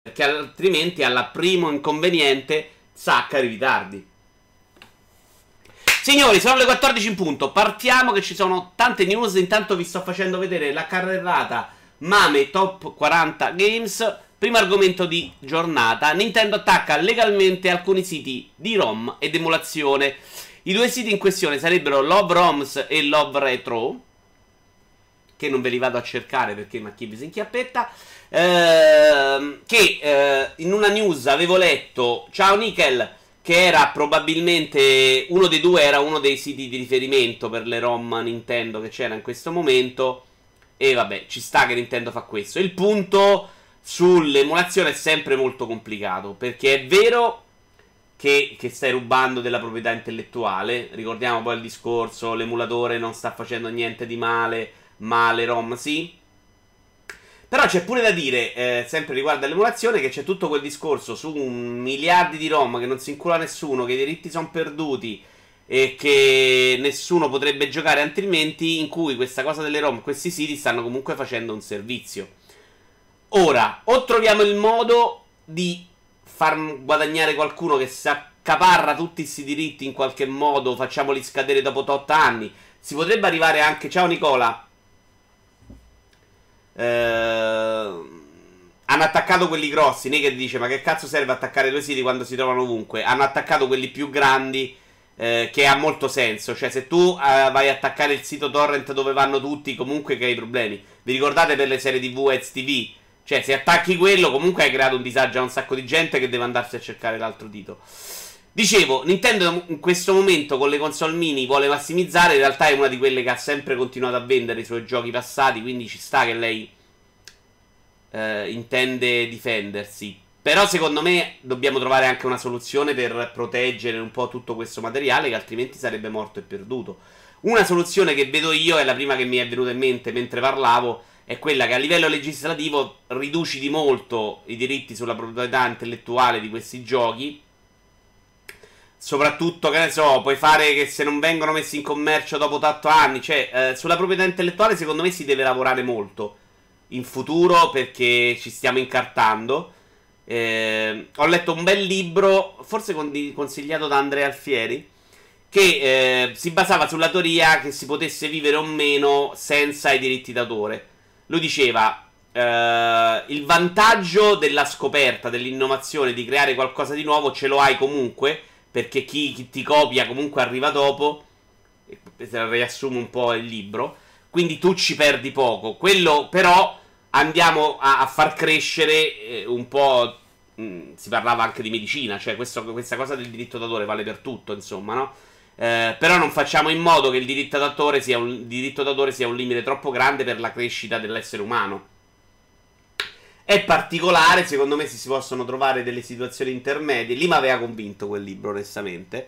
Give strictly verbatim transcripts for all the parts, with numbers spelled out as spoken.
perché altrimenti alla primo inconveniente sacca i ritardi. Signori, sono le quattordici in punto. Partiamo che ci sono tante news. Intanto vi sto facendo vedere la carrellata Mame Top quaranta Games. Primo argomento di giornata: Nintendo attacca legalmente alcuni siti di ROM ed emulazione. I due siti in questione sarebbero Love ROMs e Love Retro, che non ve li vado a cercare perché ma chi vi si inchiappetta. Ehm, che eh, in una news avevo letto, ciao Nickel, che era probabilmente uno dei due, era uno dei siti di riferimento per le ROM Nintendo che c'era in questo momento. E vabbè, ci sta che Nintendo fa questo. Il punto sull'emulazione è sempre molto complicato, perché è vero che, che stai rubando della proprietà intellettuale. Ricordiamo poi il discorso: l'emulatore non sta facendo niente di male, ma le ROM sì. Però c'è pure da dire, eh, sempre riguardo all'emulazione, che c'è tutto quel discorso su un miliardi di ROM che non si incula nessuno, che i diritti sono perduti e che nessuno potrebbe giocare altrimenti, in cui questa cosa delle ROM, questi siti stanno comunque facendo un servizio. Ora, o troviamo il modo di far guadagnare qualcuno che si accaparra tutti questi diritti in qualche modo, facciamoli scadere dopo tot anni. Si potrebbe arrivare anche, ciao Nicola, Eh, hanno attaccato quelli grossi. Naked dice: ma che cazzo serve attaccare due siti quando si trovano ovunque? Hanno attaccato quelli più grandi, eh, che ha molto senso. Cioè, se tu eh, vai a attaccare il sito torrent dove vanno tutti, comunque che hai problemi. Vi ricordate per le serie tv e H D V? Cioè, se attacchi quello, comunque hai creato un disagio a un sacco di gente che deve andarsi a cercare l'altro dito. Dicevo, Nintendo in questo momento con le console mini vuole massimizzare. In realtà è una di quelle che ha sempre continuato a vendere i suoi giochi passati, quindi ci sta che lei eh, intende difendersi. Però secondo me dobbiamo trovare anche una soluzione per proteggere un po' tutto questo materiale, che altrimenti sarebbe morto e perduto. Una soluzione che vedo io, è la prima che mi è venuta in mente mentre parlavo, è quella che a livello legislativo riduci di molto i diritti sulla proprietà intellettuale di questi giochi. Soprattutto, che ne so, puoi fare che se non vengono messi in commercio dopo otto anni. Cioè, eh, sulla proprietà intellettuale secondo me si deve lavorare molto in futuro, perché ci stiamo incartando. eh, Ho letto un bel libro, forse consigliato da Andrea Alfieri, che eh, si basava sulla teoria che si potesse vivere o meno senza i diritti d'autore. Lui diceva: eh, il vantaggio della scoperta, dell'innovazione, di creare qualcosa di nuovo ce lo hai comunque, perché chi, chi ti copia comunque arriva dopo. Riassumo un po' il libro. Quindi tu ci perdi poco. Quello però andiamo a, a far crescere eh, un po'. Mh, si parlava anche di medicina. Cioè questo, questa cosa del diritto d'autore vale per tutto, insomma, no? Eh, però non facciamo in modo che il diritto d'autore sia un, il diritto d'autore sia un limite troppo grande per la crescita dell'essere umano. È particolare, secondo me, se si possono trovare delle situazioni intermedie. Lì mi aveva convinto quel libro, onestamente.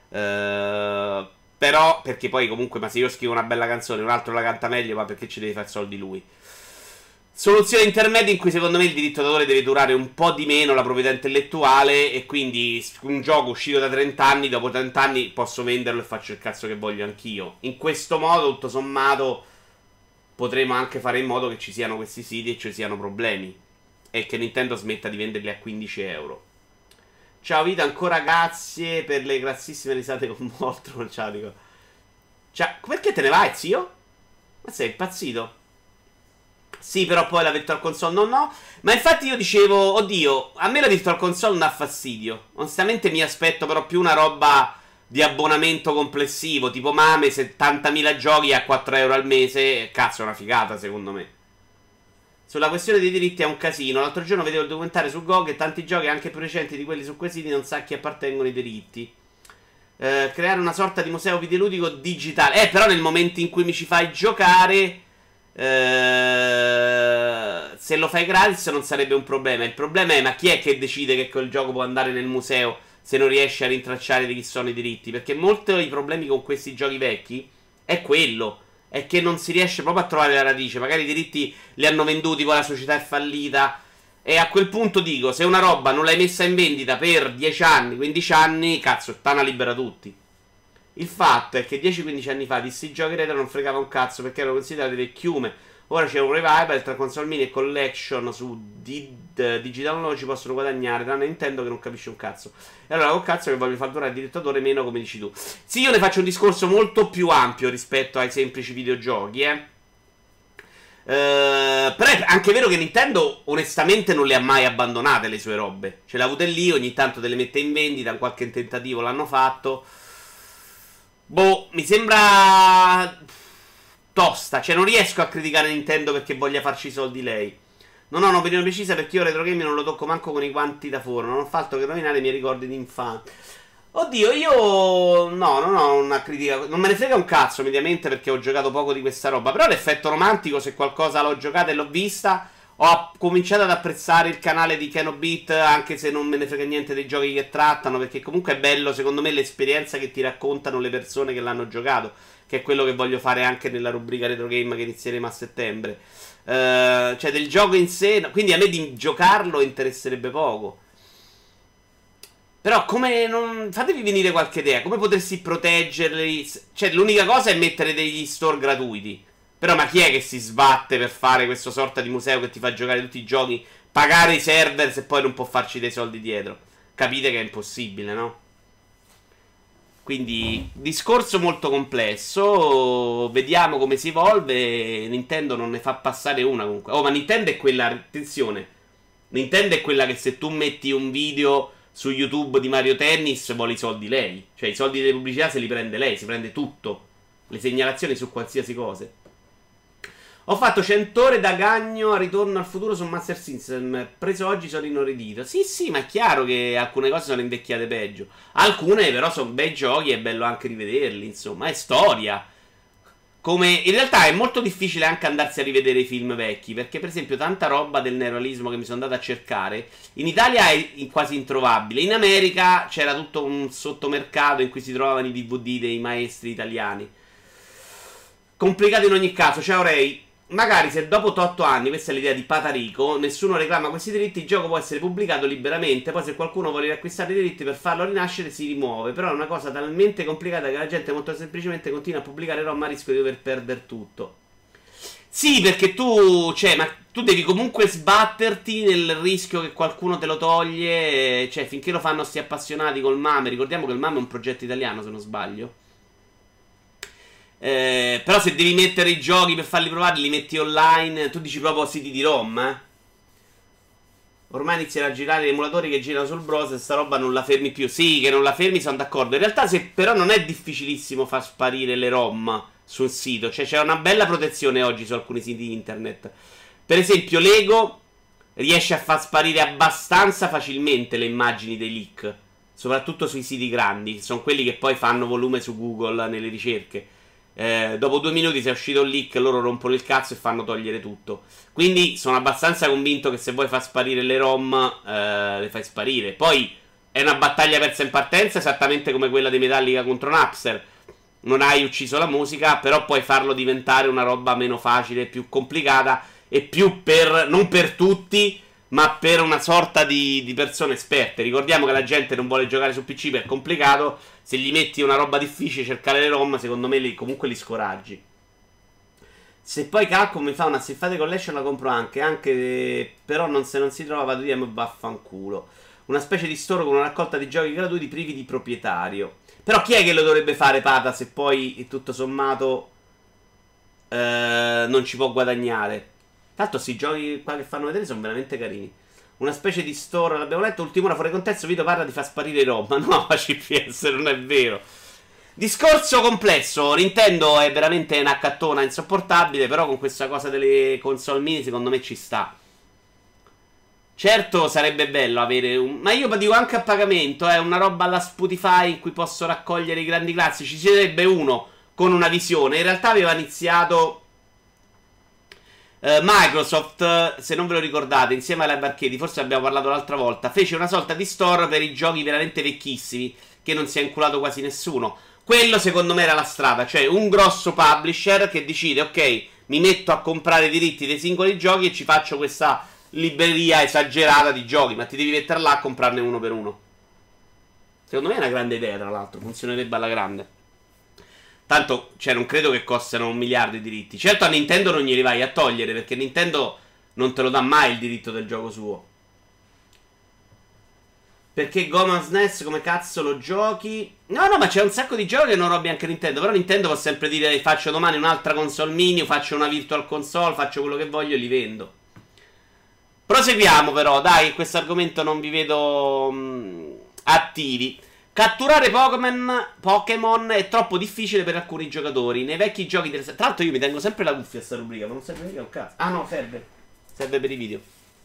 Uh, però, perché poi comunque, ma se io scrivo una bella canzone, un altro la canta meglio, ma perché ci deve fare soldi lui? Soluzione intermedia in cui secondo me il diritto d'autore deve durare un po' di meno la proprietà intellettuale, e quindi un gioco uscito da trenta anni, dopo trenta anni posso venderlo e faccio il cazzo che voglio anch'io. In questo modo, tutto sommato, potremo anche fare in modo che ci siano questi siti e ci siano problemi, e che Nintendo smetta di venderli a quindici euro. Ciao Vita, ancora grazie per le grassissime risate con Moltron. Ciao, dico. Ciao, perché te ne vai, zio? Ma sei impazzito? Sì, però poi la Virtual Console no, no. Ma infatti io dicevo, oddio, a me la Virtual Console non dà fastidio. Onestamente mi aspetto però più una roba di abbonamento complessivo, tipo Mame, settantamila giochi a quattro euro al mese. Cazzo, è una figata, secondo me. Sulla questione dei diritti è un casino. L'altro giorno vedevo il documentario su G O G e tanti giochi, anche più recenti di quelli su quei siti, non sa a chi appartengono i diritti. eh, Creare una sorta di museo videoludico digitale. Eh, però nel momento in cui mi ci fai giocare, eh, se lo fai gratis non sarebbe un problema. Il problema è: ma chi è che decide che quel gioco può andare nel museo se non riesce a rintracciare di chi sono i diritti? Perché molti dei problemi con questi giochi vecchi è quello, è che non si riesce proprio a trovare la radice. Magari i diritti li hanno venduti, poi la società è fallita, e a quel punto dico, se una roba non l'hai messa in vendita per dieci anni, quindici anni, cazzo, Tana libera tutti. Il fatto è che dieci quindici anni fa di sti giochi retro non fregava un cazzo, perché erano considerati vecchiume. Ora c'è un revival tra console mini e collection su Did, Digital Law, ci possono guadagnare, tranne Nintendo che non capisce un cazzo. E allora col cazzo che voglio far durare il direttatore meno, come dici tu. Sì, io ne faccio un discorso molto più ampio rispetto ai semplici videogiochi, eh. Uh, però è anche vero che Nintendo onestamente non le ha mai abbandonate le sue robe. Ce l'ha avute lì, ogni tanto te le mette in vendita, in qualche tentativo l'hanno fatto. Boh, mi sembra tosta, cioè non riesco a criticare Nintendo perché voglia farci i soldi lei. Non ho un'opinione precisa perché io retro game non lo tocco manco con i guanti da forno, non ho fatto che rovinare i miei ricordi di infanzia. Oddio, io no, non ho una critica. Non me ne frega un cazzo, mediamente, perché ho giocato poco di questa roba. Però l'effetto romantico, se qualcosa l'ho giocata e l'ho vista, ho cominciato ad apprezzare il canale di Kenobit, anche se non me ne frega niente dei giochi che trattano, perché comunque è bello, secondo me, l'esperienza che ti raccontano le persone che l'hanno giocato, che è quello che voglio fare anche nella rubrica retro game che inizieremo a settembre. Uh, cioè, del gioco in sé, quindi a me di giocarlo interesserebbe poco. Però come non... fatevi venire qualche idea. Come potresti proteggerli? Cioè l'unica cosa è mettere degli store gratuiti. Però ma chi è che si sbatte per fare questo sorta di museo che ti fa giocare tutti i giochi, pagare i server se poi non può farci dei soldi dietro? Capite che è impossibile, no? Quindi discorso molto complesso. Vediamo come si evolve. Nintendo non ne fa passare una comunque. Oh, ma Nintendo è quella... attenzione, Nintendo è quella che se tu metti un video su YouTube di Mario Tennis vuole i soldi lei. Cioè i soldi delle pubblicità se li prende lei. Si prende tutto. Le segnalazioni su qualsiasi cosa. Ho fatto cento ore da Gagno a Ritorno al futuro su Master System. Preso oggi, sono inorridito. Sì sì, ma è chiaro che alcune cose sono invecchiate peggio. Alcune però sono bei giochi e è bello anche rivederli. Insomma è storia. Come in realtà è molto difficile anche andarsi a rivedere i film vecchi, perché per esempio tanta roba del neorealismo che mi sono andato a cercare in Italia è quasi introvabile. In America c'era tutto un sottomercato in cui si trovavano i D V D dei maestri italiani. Complicato in ogni caso. Ciao Ray. Magari se dopo otto anni, questa è l'idea di Patarico, nessuno reclama questi diritti, il gioco può essere pubblicato liberamente. Poi se qualcuno vuole riacquistare i diritti per farlo rinascere si rimuove. Però è una cosa talmente complicata che la gente molto semplicemente continua a pubblicare ROM a rischio di dover perdere tutto. Sì, perché tu, cioè, ma tu devi comunque sbatterti nel rischio che qualcuno te lo toglie. Cioè, finché lo fanno sti appassionati col MAME. Ricordiamo che il MAME è un progetto italiano, se non sbaglio. Eh, però se devi mettere i giochi per farli provare, li metti online. Tu dici proprio siti di ROM, eh? Ormai iniziano a girare gli emulatori che girano sul browser. Sta roba non la fermi più. Sì, che non la fermi, sono d'accordo. In realtà se però non è difficilissimo far sparire le ROM sul sito. Cioè c'è una bella protezione oggi su alcuni siti internet. Per esempio Lego riesce a far sparire abbastanza facilmente le immagini dei leak, soprattutto sui siti grandi. Sono quelli che poi fanno volume su Google nelle ricerche. Eh, dopo due minuti se è uscito il leak, loro rompono il cazzo e fanno togliere tutto. Quindi sono abbastanza convinto che se vuoi far sparire le ROM, eh, le fai sparire. Poi è una battaglia persa in partenza, esattamente come quella di Metallica contro Napster. Non hai ucciso la musica, però puoi farlo diventare una roba meno facile, più complicata e più per, non per tutti, ma per una sorta di, di persone esperte. Ricordiamo che la gente non vuole giocare su P C perché è complicato. Se gli metti una roba difficile, cercare le ROM, secondo me li, comunque li scoraggi. Se poi Capcom mi fa una Siffate Collection la compro anche, anche però non, se non si trova vado via e vaffanculo. Una specie di store con una raccolta di giochi gratuiti privi di proprietario. Però chi è che lo dovrebbe fare, Pata, se poi tutto sommato eh, non ci può guadagnare? Tanto questi giochi qua che fanno vedere sono veramente carini. Una specie di store, l'abbiamo letto, ultimo ora fuori contesto, Vito parla di far sparire i ROM. Ma no, C P S, non è vero. Discorso complesso. Nintendo è veramente una cattona insopportabile, però con questa cosa delle console mini secondo me ci sta. Certo sarebbe bello avere un... ma io dico anche a pagamento, eh, una roba alla Spotify in cui posso raccogliere i grandi classici. Ci sarebbe uno con una visione. In realtà aveva iniziato Uh, Microsoft, se non ve lo ricordate, insieme alla Live Arcade, forse abbiamo parlato l'altra volta, fece una sorta di store per i giochi veramente vecchissimi, che non si è inculato quasi nessuno. Quello secondo me era la strada, cioè un grosso publisher che decide, ok, mi metto a comprare i diritti dei singoli giochi e ci faccio questa libreria esagerata di giochi, ma ti devi mettere là a comprarne uno per uno. Secondo me è una grande idea, tra l'altro, funzionerebbe alla grande. Tanto, cioè, non credo che costano un miliardo i diritti. Certo, a Nintendo non glieli vai a togliere, perché Nintendo non te lo dà mai il diritto del gioco suo. Perché Goma S N E S come cazzo lo giochi? No, no, ma c'è un sacco di giochi che non robi anche Nintendo. Però Nintendo può sempre dire: faccio domani un'altra console mini, faccio una virtual console, faccio quello che voglio e li vendo. Proseguiamo però, dai, questo argomento non vi vedo mh, attivi. Catturare Pokémon Pokémon è troppo difficile per alcuni giocatori. Nei vecchi giochi del... Tra l'altro io mi tengo sempre la cuffia a sta rubrica, ma non serve mica un cazzo. Ah no, serve. Serve per i video.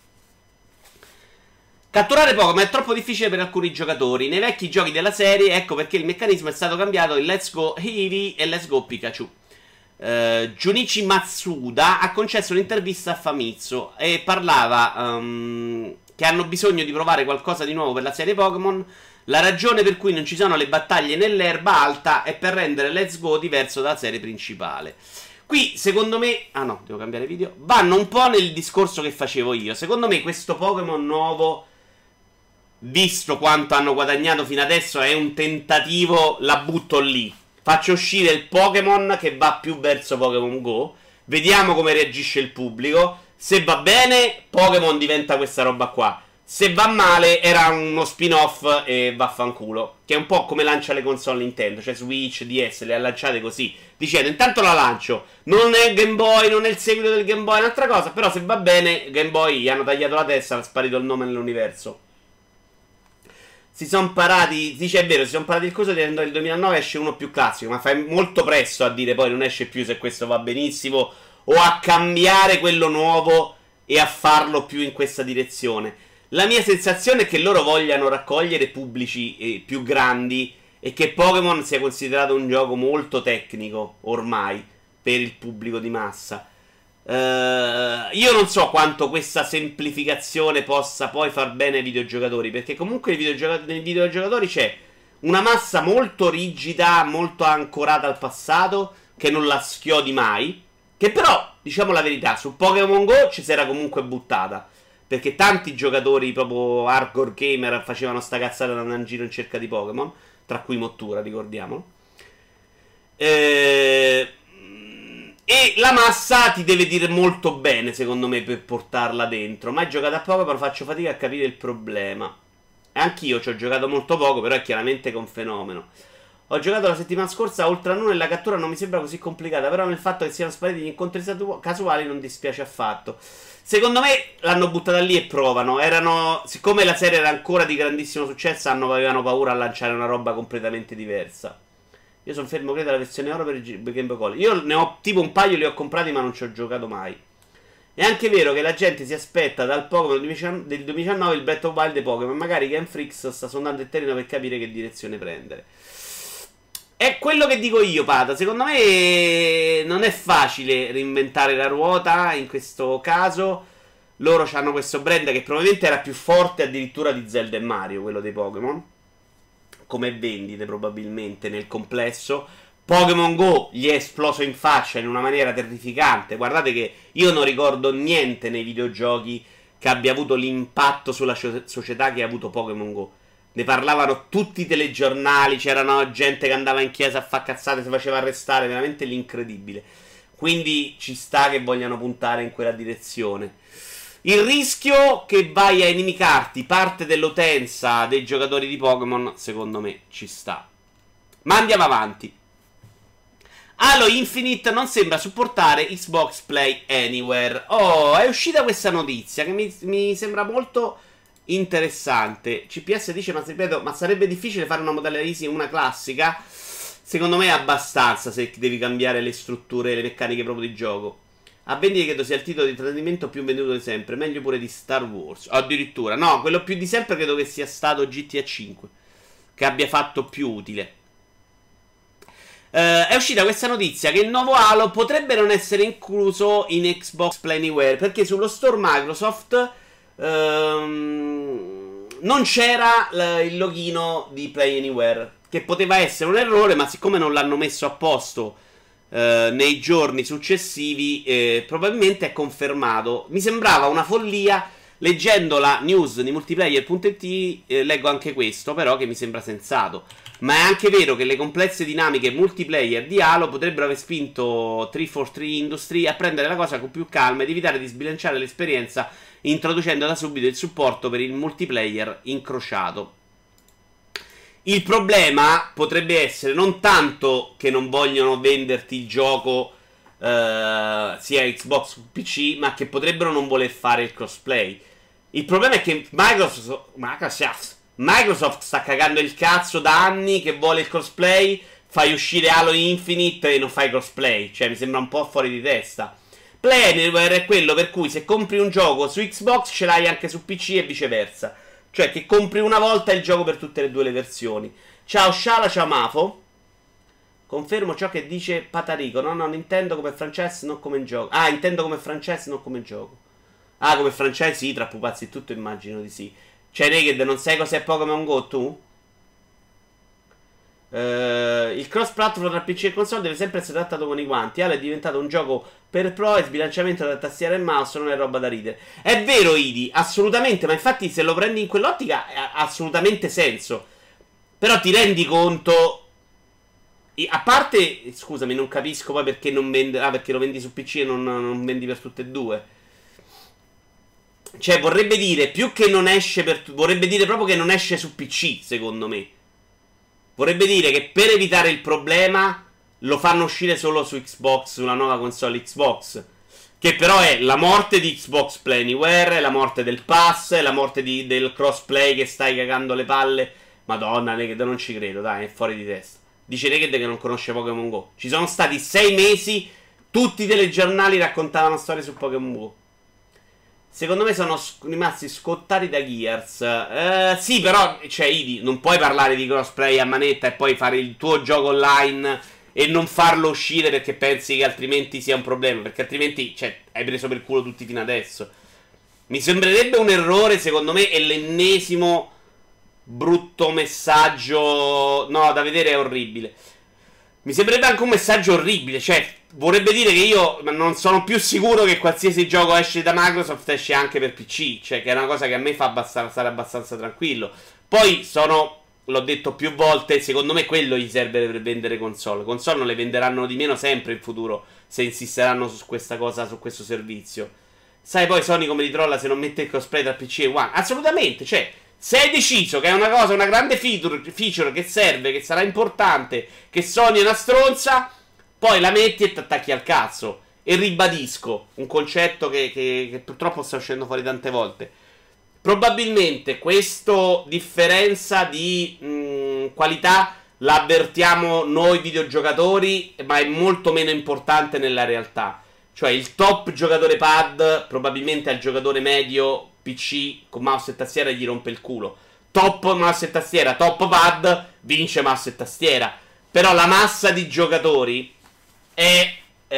Catturare Pokémon è troppo difficile per alcuni giocatori. Nei vecchi giochi della serie, ecco perché il meccanismo è stato cambiato in Let's Go Eevee e Let's Go Pikachu. Uh, Junichi Matsuda ha concesso un'intervista a Famitsu e parlava um, che hanno bisogno di provare qualcosa di nuovo per la serie Pokémon. La ragione per cui non ci sono le battaglie nell'erba alta è per rendere Let's Go diverso dalla serie principale. Qui, secondo me... Ah no, devo cambiare video. Vanno un po' nel discorso che facevo io. Secondo me questo Pokémon nuovo, visto quanto hanno guadagnato fino adesso, è un tentativo, la butto lì. Faccio uscire il Pokémon che va più verso Pokémon Go. Vediamo come reagisce il pubblico. Se va bene, Pokémon diventa questa roba qua. Se va male, era uno spin-off e vaffanculo. Che è un po' come lancia le console Nintendo. Cioè Switch, D S, le ha lanciate così, dicendo intanto la lancio. Non è Game Boy, non è il seguito del Game Boy, è un'altra cosa. Però se va bene, Game Boy gli hanno tagliato la testa, ha sparito il nome nell'universo. Si sono parati, dice è vero, si sono parati il coso dicendo che il duemilanove esce uno più classico, ma fai molto presto a dire poi non esce più se questo va benissimo, o a cambiare quello nuovo e a farlo più in questa direzione. La mia sensazione è che loro vogliano raccogliere pubblici eh, più grandi e che Pokémon sia considerato un gioco molto tecnico ormai per il pubblico di massa. Uh, io non so quanto questa semplificazione possa poi far bene ai videogiocatori, perché comunque nei, videogioca- nei videogiocatori c'è una massa molto rigida, molto ancorata al passato, che non la schiodi mai, che però, diciamo la verità, su Pokémon Go ci si era comunque buttata, perché tanti giocatori proprio hardcore gamer facevano sta cazzata andando in giro in cerca di Pokémon, tra cui Mottura, ricordiamolo. Ehm... E la massa ti deve dire molto bene, secondo me, per portarla dentro. Mai giocato a poco, però faccio fatica a capire il problema. E anch'io ci ho giocato molto poco, però è chiaramente con fenomeno. Ho giocato la settimana scorsa, oltre a nulla, e la cattura non mi sembra così complicata. Però nel fatto che siano spariti gli incontri casuali non dispiace affatto. Secondo me l'hanno buttata lì e provano. Erano, siccome la serie era ancora di grandissimo successo, hanno, avevano paura a lanciare una roba completamente diversa. Io sono fermo, credo, alla versione oro per il Game Boy Color. Io ne ho tipo un paio, li ho comprati, ma non ci ho giocato mai. È anche vero che la gente si aspetta dal Pokémon del duemiladiciannove il Breath of Wild dei Pokémon. Magari Game Freaks sta sondando il terreno per capire che direzione prendere. È quello che dico io, Pata. Secondo me non è facile reinventare la ruota in questo caso. Loro hanno questo brand che probabilmente era più forte addirittura di Zelda e Mario, quello dei Pokémon, come vendite probabilmente nel complesso. Pokémon Go gli è esploso in faccia in una maniera terrificante. Guardate che io non ricordo niente nei videogiochi che abbia avuto l'impatto sulla società che ha avuto Pokémon Go. Ne parlavano tutti i telegiornali, c'erano gente che andava in chiesa a far cazzate, si faceva arrestare, veramente l'incredibile. Quindi ci sta che vogliano puntare in quella direzione. Il rischio che vai a inimicarti parte dell'utenza dei giocatori di Pokémon, secondo me, ci sta. Ma andiamo avanti. Halo Infinite non sembra supportare Xbox Play Anywhere. Oh, è uscita questa notizia che mi, mi sembra molto interessante. C P S dice, ma ripeto, ma sarebbe difficile fare una modalità easy e una classica? Secondo me è abbastanza, se devi cambiare le strutture e le meccaniche proprio di gioco. A vendita credo sia il titolo di intrattenimento più venduto di sempre. Meglio pure di Star Wars. Addirittura. No, quello più di sempre credo che sia stato G T A cinque, che abbia fatto più utile. Uh, è uscita questa notizia che il nuovo Halo potrebbe non essere incluso in Xbox Play Anywhere, perché sullo store Microsoft um, non c'era l- il login di Play Anywhere, che poteva essere un errore, ma siccome non l'hanno messo a posto Uh, nei giorni successivi, eh, probabilmente è confermato. Mi sembrava una follia Leggendo la news di multiplayer punto it eh, leggo anche questo, però, che mi sembra sensato. Ma è anche vero che le complesse dinamiche multiplayer di Halo potrebbero aver spinto tre quattro tre Industry a prendere la cosa con più calma ed evitare di sbilanciare l'esperienza introducendo da subito il supporto per il multiplayer incrociato. Il problema potrebbe essere non tanto che non vogliono venderti il gioco uh, sia Xbox che P C, ma che potrebbero non voler fare il crossplay. Il problema è che Microsoft, Microsoft, Microsoft sta cagando il cazzo da anni che vuole il crossplay, fai uscire Halo Infinite e non fai crossplay, cioè mi sembra un po' fuori di testa. Play Anywhere è quello per cui se compri un gioco su Xbox ce l'hai anche su P C e viceversa. Cioè che compri una volta il gioco per tutte e due le versioni. Ciao Shala, ciao Mafo. Confermo ciò che dice Patarico. No, no, intendo come franchise, non come gioco. Ah, intendo come franchise, non come gioco. Ah, come franchise, sì, tra pupazzi e tutto immagino di sì. Cioè, Naked, non sai cos'è Pokémon Go, tu? Uh, il cross-platform tra P C e console deve sempre essere trattato con i guanti. Halo è diventato un gioco per pro e sbilanciamento tra tastiera e mouse non è roba da ridere. È vero, Idi, assolutamente. Ma infatti se lo prendi in quell'ottica ha assolutamente senso. Però ti rendi conto... A parte, scusami, non capisco poi perché non vendi... Ah, perché lo vendi su P C e non, non vendi per tutte e due. Cioè, vorrebbe dire, più che non esce per... Vorrebbe dire proprio che non esce su P C, secondo me. Vorrebbe dire che per evitare il problema lo fanno uscire solo su Xbox, sulla nuova console Xbox. Che però è la morte di Xbox Play Anywhere, è la morte del pass, è la morte di, del crossplay che stai cagando le palle. Madonna, Naked, non ci credo, dai, è fuori di testa. Dice Naked che non conosce Pokémon Go. Ci sono stati sei mesi, tutti i telegiornali raccontavano storie su Pokémon Go. Secondo me sono sc- rimasti scottati da Gears. Eh, sì, però, cioè, Idi, non puoi parlare di crossplay a manetta e poi fare il tuo gioco online e non farlo uscire perché pensi che altrimenti sia un problema. Perché altrimenti, cioè, hai preso per culo tutti fino adesso. Mi sembrerebbe un errore, secondo me, è l'ennesimo brutto messaggio. No, da vedere è orribile. Mi sembrerebbe anche un messaggio orribile, cioè... Vorrebbe dire che io non sono più sicuro che qualsiasi gioco esce da Microsoft esce anche per P C. Cioè che è una cosa che a me fa abbastanza, stare abbastanza tranquillo. Poi sono, l'ho detto più volte, secondo me quello gli serve per vendere console. Console non le venderanno di meno sempre in futuro se insisteranno su questa cosa, su questo servizio. Sai poi Sony come li trolla se non mette il crossplay tra P C e One? Assolutamente, cioè... Se hai deciso che è una cosa, una grande feature, feature che serve, che sarà importante, che Sony è una stronza... Poi la metti e ti attacchi al cazzo. E ribadisco un concetto che, che, che purtroppo sta uscendo fuori tante volte. Probabilmente questa differenza di mh, qualità la avvertiamo noi videogiocatori, ma è molto meno importante nella realtà. Cioè il top giocatore pad probabilmente al giocatore medio P C con mouse e tastiera gli rompe il culo. Top mouse e tastiera, top pad, vince mouse e tastiera. Però la massa di giocatori è,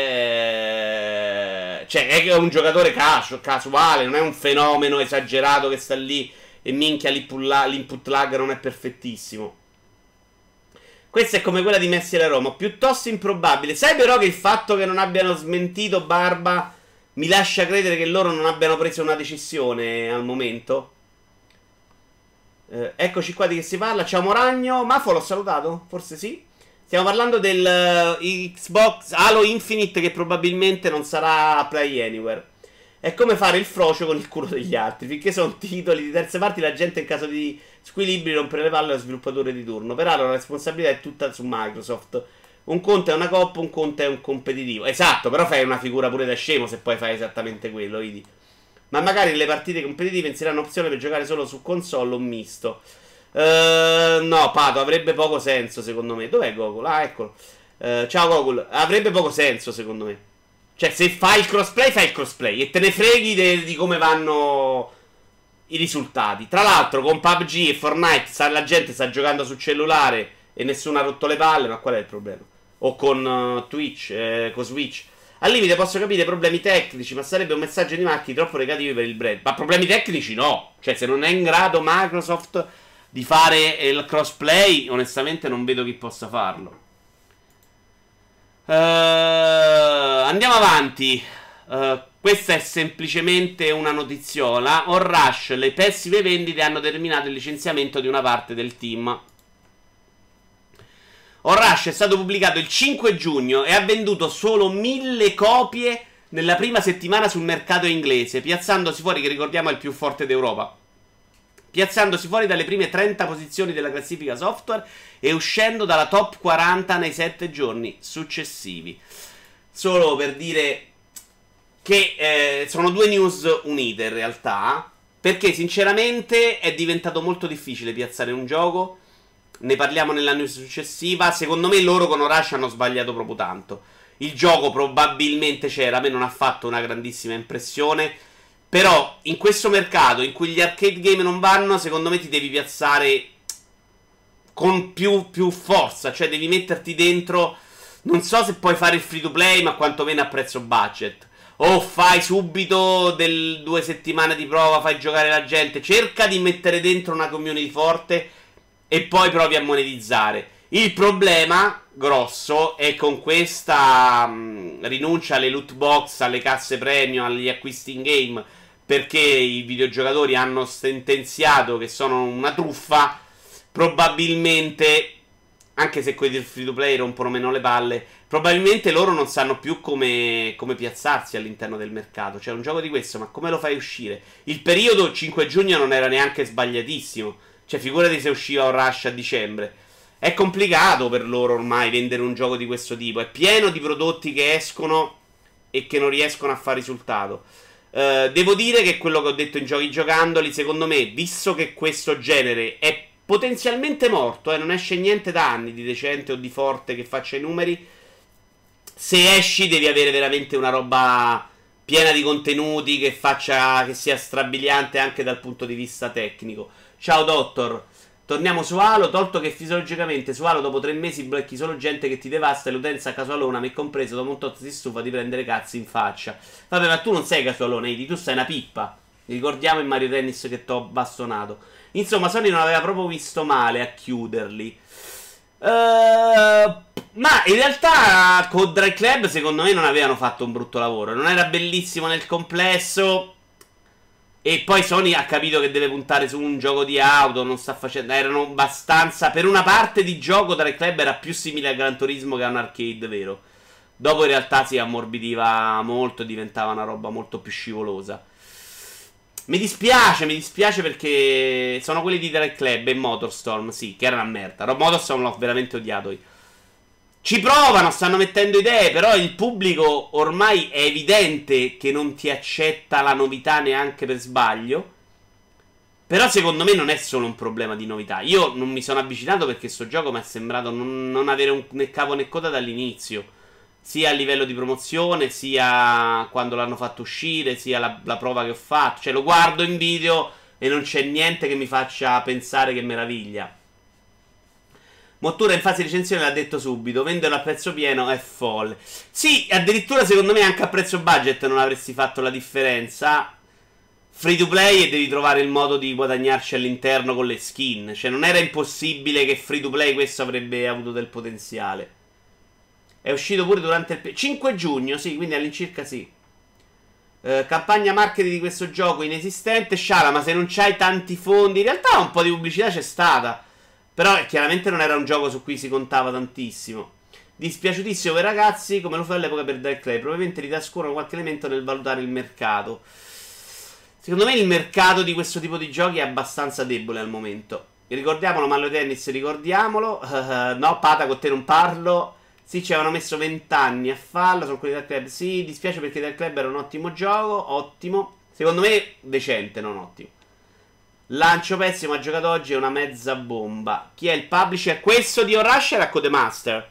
eh, cioè è un giocatore casu- casuale, non è un fenomeno esagerato che sta lì e minchia l'input lag non è perfettissimo. Questa è come quella di Messi alla Roma, piuttosto improbabile. Sai però che il fatto che non abbiano smentito Barba mi lascia credere che loro non abbiano preso una decisione al momento. eh, Eccoci qua di che si parla. Ciao Moragno. Mafo l'ho salutato? Forse sì. Stiamo parlando del uh, Xbox Halo Infinite che probabilmente non sarà Play Anywhere. È come fare il frocio con il culo degli altri. Finché sono titoli di terze parti la gente in caso di squilibri rompere le palle allo sviluppatore di turno. Peraltro la responsabilità è tutta su Microsoft. Un conto è una coppa, un conto è un competitivo. Esatto, però fai una figura pure da scemo se poi fai esattamente quello, Idi. Ma magari le partite competitive inserirà un'opzione per giocare solo su console o misto. Uh, no, Pato, avrebbe poco senso secondo me. Dov'è Gogol? Ah, eccolo. Uh, ciao Gogol. Avrebbe poco senso secondo me. Cioè, se fai il crossplay, fai il crossplay e te ne freghi de- di come vanno i risultati. Tra l'altro, con P U B G e Fortnite sa, la gente sta giocando sul cellulare e nessuno ha rotto le palle. Ma qual è il problema? O con uh, Twitch, eh, con Switch. Al limite posso capire problemi tecnici, ma sarebbe un messaggio di marchi troppo negativo per il brand. Ma problemi tecnici no. Cioè, se non è in grado Microsoft di fare il crossplay, onestamente non vedo chi possa farlo. Uh, andiamo avanti. Uh, Questa è semplicemente una notiziola. On Rush, le pessime vendite hanno terminato il licenziamento di una parte del team. On Rush è stato pubblicato il cinque giugno e ha venduto solo mille copie nella prima settimana sul mercato inglese, piazzandosi fuori, che ricordiamo è il più forte d'Europa, piazzandosi fuori dalle prime trenta posizioni della classifica software e uscendo dalla top quaranta nei sette giorni successivi. Solo per dire che eh, sono due news unite in realtà, perché sinceramente è diventato molto difficile piazzare un gioco. Ne parliamo nella news successiva. Secondo me loro con Orash hanno sbagliato proprio tanto. Il gioco probabilmente c'era, a me non ha fatto una grandissima impressione, però in questo mercato in cui gli arcade game non vanno, secondo me ti devi piazzare con più, più forza, cioè devi metterti dentro. Non so se puoi fare il free to play, ma quantomeno a prezzo budget, o fai subito del due settimane di prova, fai giocare la gente, cerca di mettere dentro una community forte e poi provi a monetizzare. Il problema grosso è con questa mh, rinuncia alle loot box, alle casse premium, agli acquisti in game, perché i videogiocatori hanno sentenziato che sono una truffa. Probabilmente, anche se quelli del free to play rompono meno le palle, probabilmente loro non sanno più come, come piazzarsi all'interno del mercato. Cioè, un gioco di questo, ma come lo fai uscire? Il periodo cinque giugno non era neanche sbagliatissimo. Cioè, figurati se usciva un Rush a dicembre. È complicato per loro ormai vendere un gioco di questo tipo. È pieno di prodotti che escono e che non riescono a fare risultato. Uh, devo dire che quello che ho detto in Giochi Giocandoli, secondo me, visto che questo genere è potenzialmente morto, eh, non esce niente da anni di decente o di forte che faccia i numeri, se esci devi avere veramente una roba piena di contenuti, che faccia, che sia strabiliante anche dal punto di vista tecnico. Ciao Doctor, torniamo su Halo. Tolto che fisiologicamente su Halo dopo tre mesi blocchi solo gente che ti devasta e l'utenza casualona, me compreso, dopo un tot si stufa di prendere cazzi in faccia. Vabbè, ma tu non sei casualone, Edi, tu sei una pippa. Ricordiamo in Mario Tennis che t'ho bastonato. Insomma, Sony non aveva proprio visto male a chiuderli. Uh, ma in realtà con Drive Club secondo me non avevano fatto un brutto lavoro. Non era bellissimo nel complesso. E poi Sony ha capito che deve puntare su un gioco di auto. Non sta facendo. Erano abbastanza. Per una parte di gioco Drive Club era più simile a Gran Turismo che a un arcade vero. Dopo in realtà si ammorbidiva molto. Diventava una roba molto più scivolosa. Mi dispiace, mi dispiace perché sono quelli di Drive Club e Motorstorm, sì, che era una merda. Rob Motorstorm l'ho veramente odiato io. Ci provano, stanno mettendo idee, però il pubblico ormai è evidente che non ti accetta la novità neanche per sbaglio. Però secondo me non è solo un problema di novità. Io non mi sono avvicinato perché sto gioco mi è sembrato non, non avere un, né capo né coda dall'inizio. Sia a livello di promozione, sia quando l'hanno fatto uscire, sia la, la prova che ho fatto. Cioè lo guardo in video e non c'è niente che mi faccia pensare che meraviglia. Mottura in fase di recensione l'ha detto subito, venderlo a prezzo pieno è folle. Sì, addirittura secondo me anche a prezzo budget non avresti fatto la differenza. Free to play e devi trovare il modo di guadagnarci all'interno con le skin. Cioè non era impossibile che free to play questo avrebbe avuto del potenziale. È uscito pure durante il cinque giugno, sì, quindi all'incirca sì. Eh, campagna marketing di questo gioco inesistente. Sciala, ma se non c'hai tanti fondi, in realtà un po' di pubblicità c'è stata. Però eh, chiaramente non era un gioco su cui si contava tantissimo. Dispiaciutissimo per ragazzi, come lo fu all'epoca per Dark Clay. Probabilmente li trascurano qualche elemento nel valutare il mercato. Secondo me il mercato di questo tipo di giochi è abbastanza debole al momento. Ricordiamolo, Mario Tennis, ricordiamolo. Uh, no, Pata, con te non parlo. Sì, ci avevano messo venti anni a farlo. Sono quelli del club. Sì, dispiace perché del club era un ottimo gioco. Ottimo. Secondo me decente, non ottimo. Lancio pessimo, ha giocato oggi, è una mezza bomba. Chi è il publisher? Questo di Rush era Codemaster.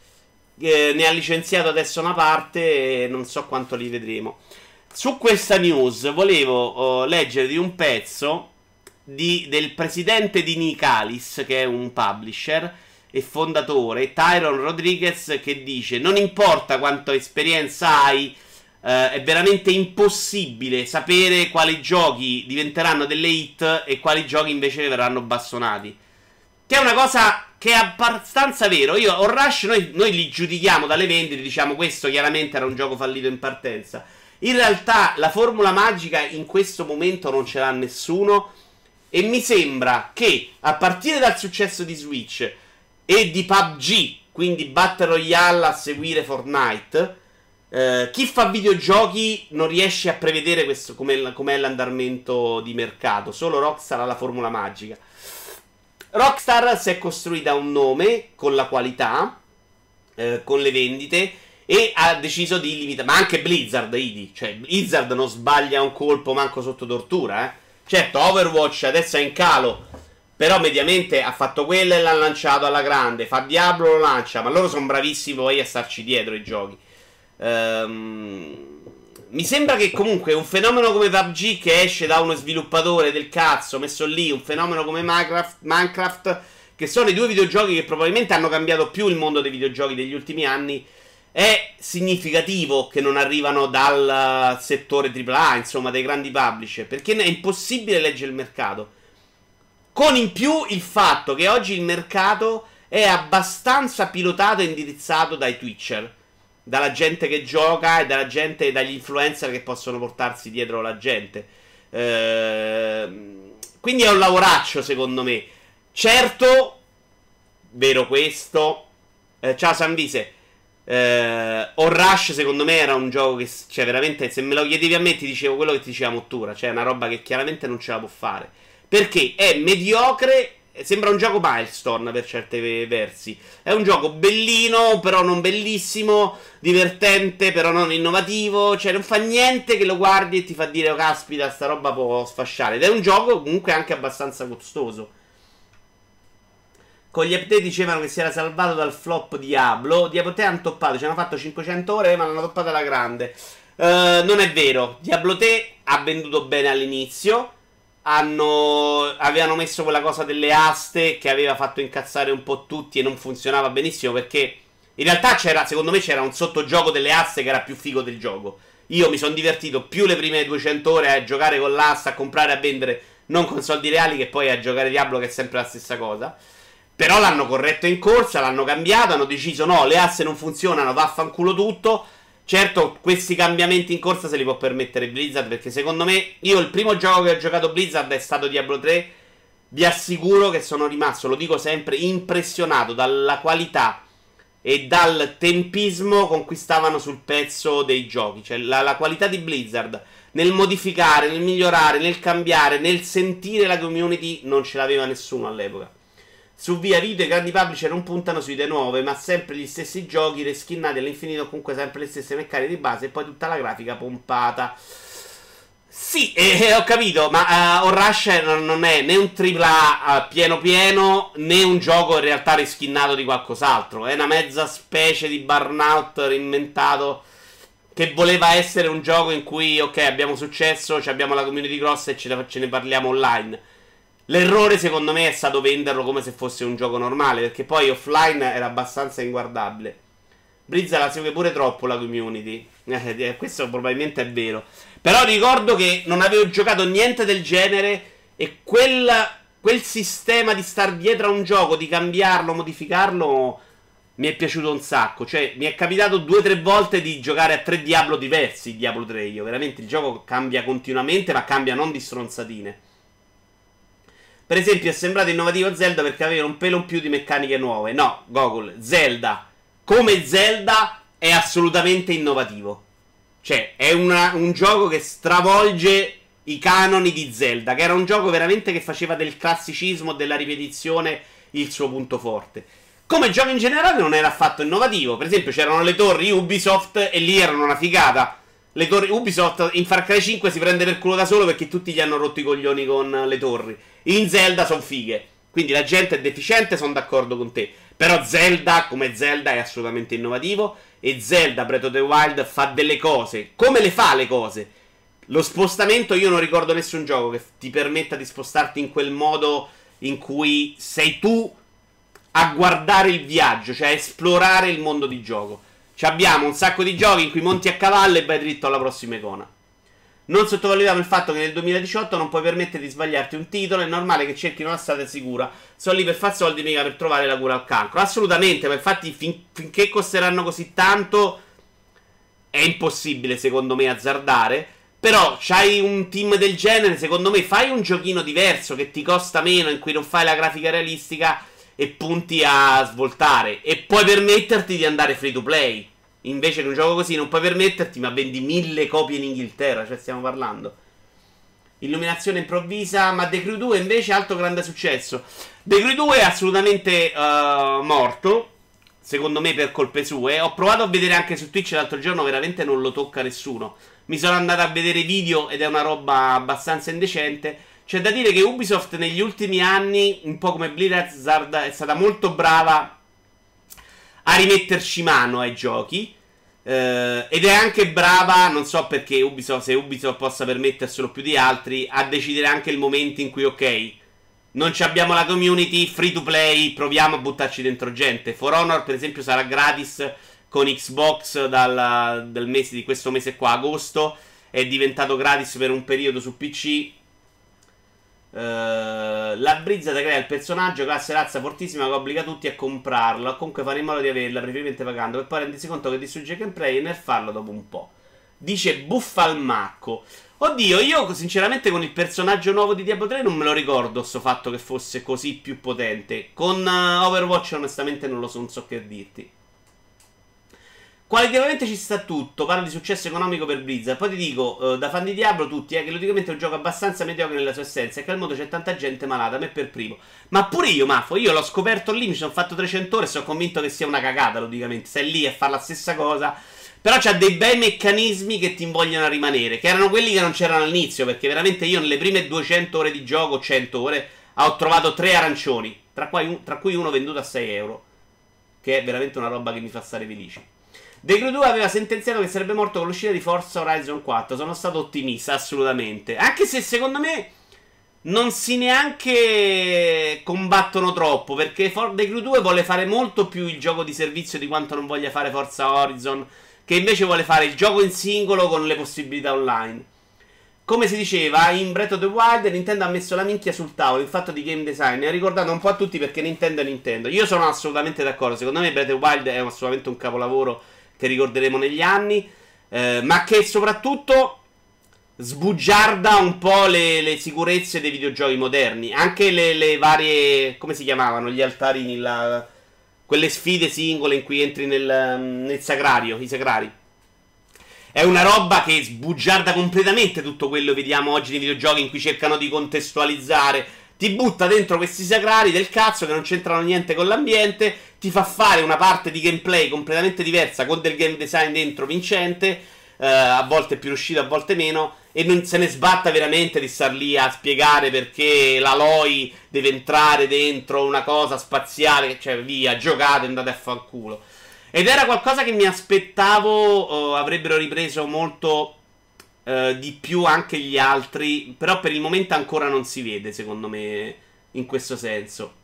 Eh, ne ha licenziato adesso una parte e non so quanto li vedremo. Su questa news volevo oh, leggere di un pezzo di, del presidente di Nicalis, che è un publisher e fondatore, Tyron Rodriguez, che dice: non importa quanto esperienza hai, eh, è veramente impossibile sapere quali giochi diventeranno delle hit e quali giochi invece verranno bastonati. Che è una cosa che è abbastanza vero. Io, On Rush, noi, noi li giudichiamo dalle vendite, diciamo questo chiaramente era un gioco fallito in partenza. In realtà la formula magica in questo momento non ce l'ha nessuno e mi sembra che a partire dal successo di Switch e di P U B G, quindi Battle Royale a seguire Fortnite, eh, chi fa videogiochi non riesce a prevedere questo com'è, com'è l'andamento di mercato. Solo Rockstar ha la formula magica. Rockstar si è costruita un nome con la qualità, eh, con le vendite, e ha deciso di limitare. Ma anche Blizzard, Idi. Cioè, Blizzard non sbaglia un colpo manco sotto tortura, eh. Certo, Overwatch adesso è in calo, però mediamente ha fatto quello e l'ha lanciato alla grande. Fa Diablo, lo lancia, ma loro sono bravissimi poi a starci dietro i giochi. Ehm, mi sembra che comunque un fenomeno come P U B G, che esce da uno sviluppatore del cazzo messo lì, un fenomeno come Minecraft, Minecraft, che sono i due videogiochi che probabilmente hanno cambiato più il mondo dei videogiochi degli ultimi anni, è significativo che non arrivano dal settore tripla A, insomma, dai grandi publisher, perché è impossibile leggere il mercato. Con in più il fatto che oggi il mercato è abbastanza pilotato e indirizzato dai Twitcher, dalla gente che gioca e dalla gente, dagli influencer che possono portarsi dietro la gente. Ehm, quindi è un lavoraccio, secondo me. Certo, vero questo. Eh, ciao Sanvise. Eh, o Rush secondo me era un gioco che, cioè veramente, se me lo chiedevi a me ti dicevo quello che ti diceva Mottura, cioè una roba che chiaramente non ce la può fare, perché è mediocre, sembra un gioco milestone per certi versi, è un gioco bellino però non bellissimo, divertente però non innovativo, cioè non fa niente che lo guardi e ti fa dire oh caspita sta roba può sfasciare, ed è un gioco comunque anche abbastanza costoso. Con gli update dicevano che si era salvato dal flop Diablo. Diablo tre hanno toppato, ci hanno fatto cinquecento ore ma l'hanno toppata alla grande. uh, Non è vero. Diablo tre ha venduto bene all'inizio. Hanno, avevano messo quella cosa delle aste che aveva fatto incazzare un po' tutti e non funzionava benissimo, perché in realtà c'era, secondo me c'era un sottogioco delle aste che era più figo del gioco. Io mi sono divertito più le prime duecento ore a giocare con l'asta, a comprare e a vendere, non con soldi reali, che poi a giocare Diablo, che è sempre la stessa cosa. Però l'hanno corretto in corsa, l'hanno cambiato, hanno deciso no, le asse non funzionano, vaffanculo tutto. Certo, questi cambiamenti in corsa se li può permettere Blizzard, perché secondo me, io il primo gioco che ho giocato Blizzard è stato Diablo tre. Vi assicuro che sono rimasto, lo dico sempre, impressionato dalla qualità e dal tempismo con cui stavano sul pezzo dei giochi. Cioè la, la qualità di Blizzard nel modificare, nel migliorare, nel cambiare, nel sentire la community non ce l'aveva nessuno all'epoca. Su via video i grandi publisher non puntano su idee nuove, ma sempre gli stessi giochi reskinnati all'infinito, comunque sempre le stesse meccaniche di base e poi tutta la grafica pompata. Sì, eh, ho capito, ma uh, Rush non, non è né un tripla A uh, pieno pieno, né un gioco in realtà reskinnato di qualcos'altro. È una mezza specie di Burnout reinventato, che voleva essere un gioco in cui, ok, abbiamo successo, abbiamo la community grossa e ce, ce ne parliamo online. L'errore secondo me è stato venderlo come se fosse un gioco normale, perché poi offline era abbastanza inguardabile. Blizzard la segue pure troppo la community, eh, questo probabilmente è vero. Però ricordo che non avevo giocato niente del genere e quel, quel sistema di star dietro a un gioco, di cambiarlo, modificarlo, mi è piaciuto un sacco. Cioè mi è capitato due o tre volte di giocare a tre Diablo diversi, Diablo tre. Io veramente il gioco cambia continuamente, ma cambia non di stronzatine. Per esempio è sembrato innovativo Zelda perché aveva un pelo in più di meccaniche nuove. No, Gogol, Zelda come Zelda è assolutamente innovativo. Cioè è una, un gioco che stravolge i canoni di Zelda, che era un gioco veramente che faceva del classicismo, della ripetizione il suo punto forte. Come gioco in generale non era affatto innovativo. Per esempio c'erano le torri Ubisoft e lì erano una figata. Le torri Ubisoft in Far Cry cinque si prende per culo da solo perché tutti gli hanno rotto i coglioni con le torri. In Zelda sono fighe, quindi la gente è deficiente, sono d'accordo con te. Però Zelda come Zelda è assolutamente innovativo. E Zelda Breath of the Wild fa delle cose. Come le fa le cose? Lo spostamento, io non ricordo nessun gioco che ti permetta di spostarti in quel modo in cui sei tu a guardare il viaggio, cioè a esplorare il mondo di gioco. Ci abbiamo un sacco di giochi in cui monti a cavallo e vai dritto alla prossima icona. Non sottovalutiamo il fatto che nel duemiladiciotto non puoi permettere di sbagliarti un titolo. È normale che cerchino la strada sicura. Sono lì per far soldi, mica per trovare la cura al cancro. Assolutamente, ma infatti fin- finché costeranno così tanto è impossibile secondo me azzardare. Però c'hai un team del genere, secondo me fai un giochino diverso che ti costa meno, in cui non fai la grafica realistica e punti a svoltare, e puoi permetterti di andare free to play. Invece che un gioco così non puoi permetterti, ma vendi mille copie in Inghilterra, cioè stiamo parlando. Illuminazione improvvisa, ma The Crew due invece alto grande successo. The Crew due è assolutamente uh, morto, secondo me per colpe sue. Ho provato a vedere anche su Twitch l'altro giorno, veramente non lo tocca nessuno. Mi sono andato a vedere video ed è una roba abbastanza indecente. C'è da dire che Ubisoft negli ultimi anni, un po' come Blizzard, è stata molto brava a rimetterci mano ai giochi. Uh, ed è anche brava, non so perché Ubisoft, se Ubisoft possa permetterselo più di altri, a decidere anche il momento in cui, ok, non ci abbiamo la community, free to play, proviamo a buttarci dentro gente. For Honor per esempio sarà gratis con Xbox dal, dal mese di questo mese qua, agosto. È diventato gratis per un periodo su P C. Uh, la Blizzard crea il personaggio, classe razza fortissima che obbliga tutti a comprarlo. Comunque fare in modo di averla, preferibilmente pagando, per poi rendersi conto che distrugge il gameplay e nel farlo dopo un po'. Dice Buffalmacco. Oddio, io sinceramente con il personaggio nuovo di Diablo tre non me lo ricordo sto fatto che fosse così più potente. Con uh, Overwatch onestamente non lo so, non so che dirti. Qualitativamente ci sta tutto, parlo di successo economico per Blizzard. Poi ti dico, uh, da fan di Diablo tutti, eh, che logicamente è un gioco abbastanza mediocre nella sua essenza e che al mondo c'è tanta gente malata, a me per primo. Ma pure io, Maffo, io l'ho scoperto lì, mi sono fatto trecento ore e sono convinto che sia una cagata, logicamente. Stai lì a fare la stessa cosa, però c'ha dei bei meccanismi che ti invogliano a rimanere, che erano quelli che non c'erano all'inizio, perché veramente io nelle prime duecento ore di gioco, cento ore, ho trovato tre arancioni, tra cui, tra cui uno venduto a sei euro, che è veramente una roba che mi fa stare felice. The Crew due aveva sentenziato che sarebbe morto con l'uscita di Forza Horizon quattro. Sono stato ottimista, assolutamente. Anche se secondo me non si neanche combattono troppo, perché The Crew due vuole fare molto più il gioco di servizio di quanto non voglia fare Forza Horizon, che invece vuole fare il gioco in singolo con le possibilità online. Come si diceva, in Breath of the Wild Nintendo ha messo la minchia sul tavolo in fatto di game design e ha ricordato un po' a tutti perché Nintendo è Nintendo. Io sono assolutamente d'accordo, secondo me Breath of the Wild è assolutamente un capolavoro che ricorderemo negli anni, eh, ma che soprattutto sbugiarda un po' le, le sicurezze dei videogiochi moderni. Anche le, le varie, come si chiamavano, gli altarini, la, quelle sfide singole in cui entri nel, nel sagrario, i sagrari. È una roba che sbugiarda completamente tutto quello che vediamo oggi nei videogiochi, in cui cercano di contestualizzare. Ti butta dentro questi sagrari del cazzo che non c'entrano niente con l'ambiente, ti fa fare una parte di gameplay completamente diversa con del game design dentro vincente, eh, a volte più riuscito, a volte meno, e non se ne sbatta veramente di star lì a spiegare perché l'Aloy deve entrare dentro una cosa spaziale, cioè via, giocate, andate a fanculo. Ed era qualcosa che mi aspettavo uh, avrebbero ripreso molto uh, di più anche gli altri, però per il momento ancora non si vede, secondo me, in questo senso.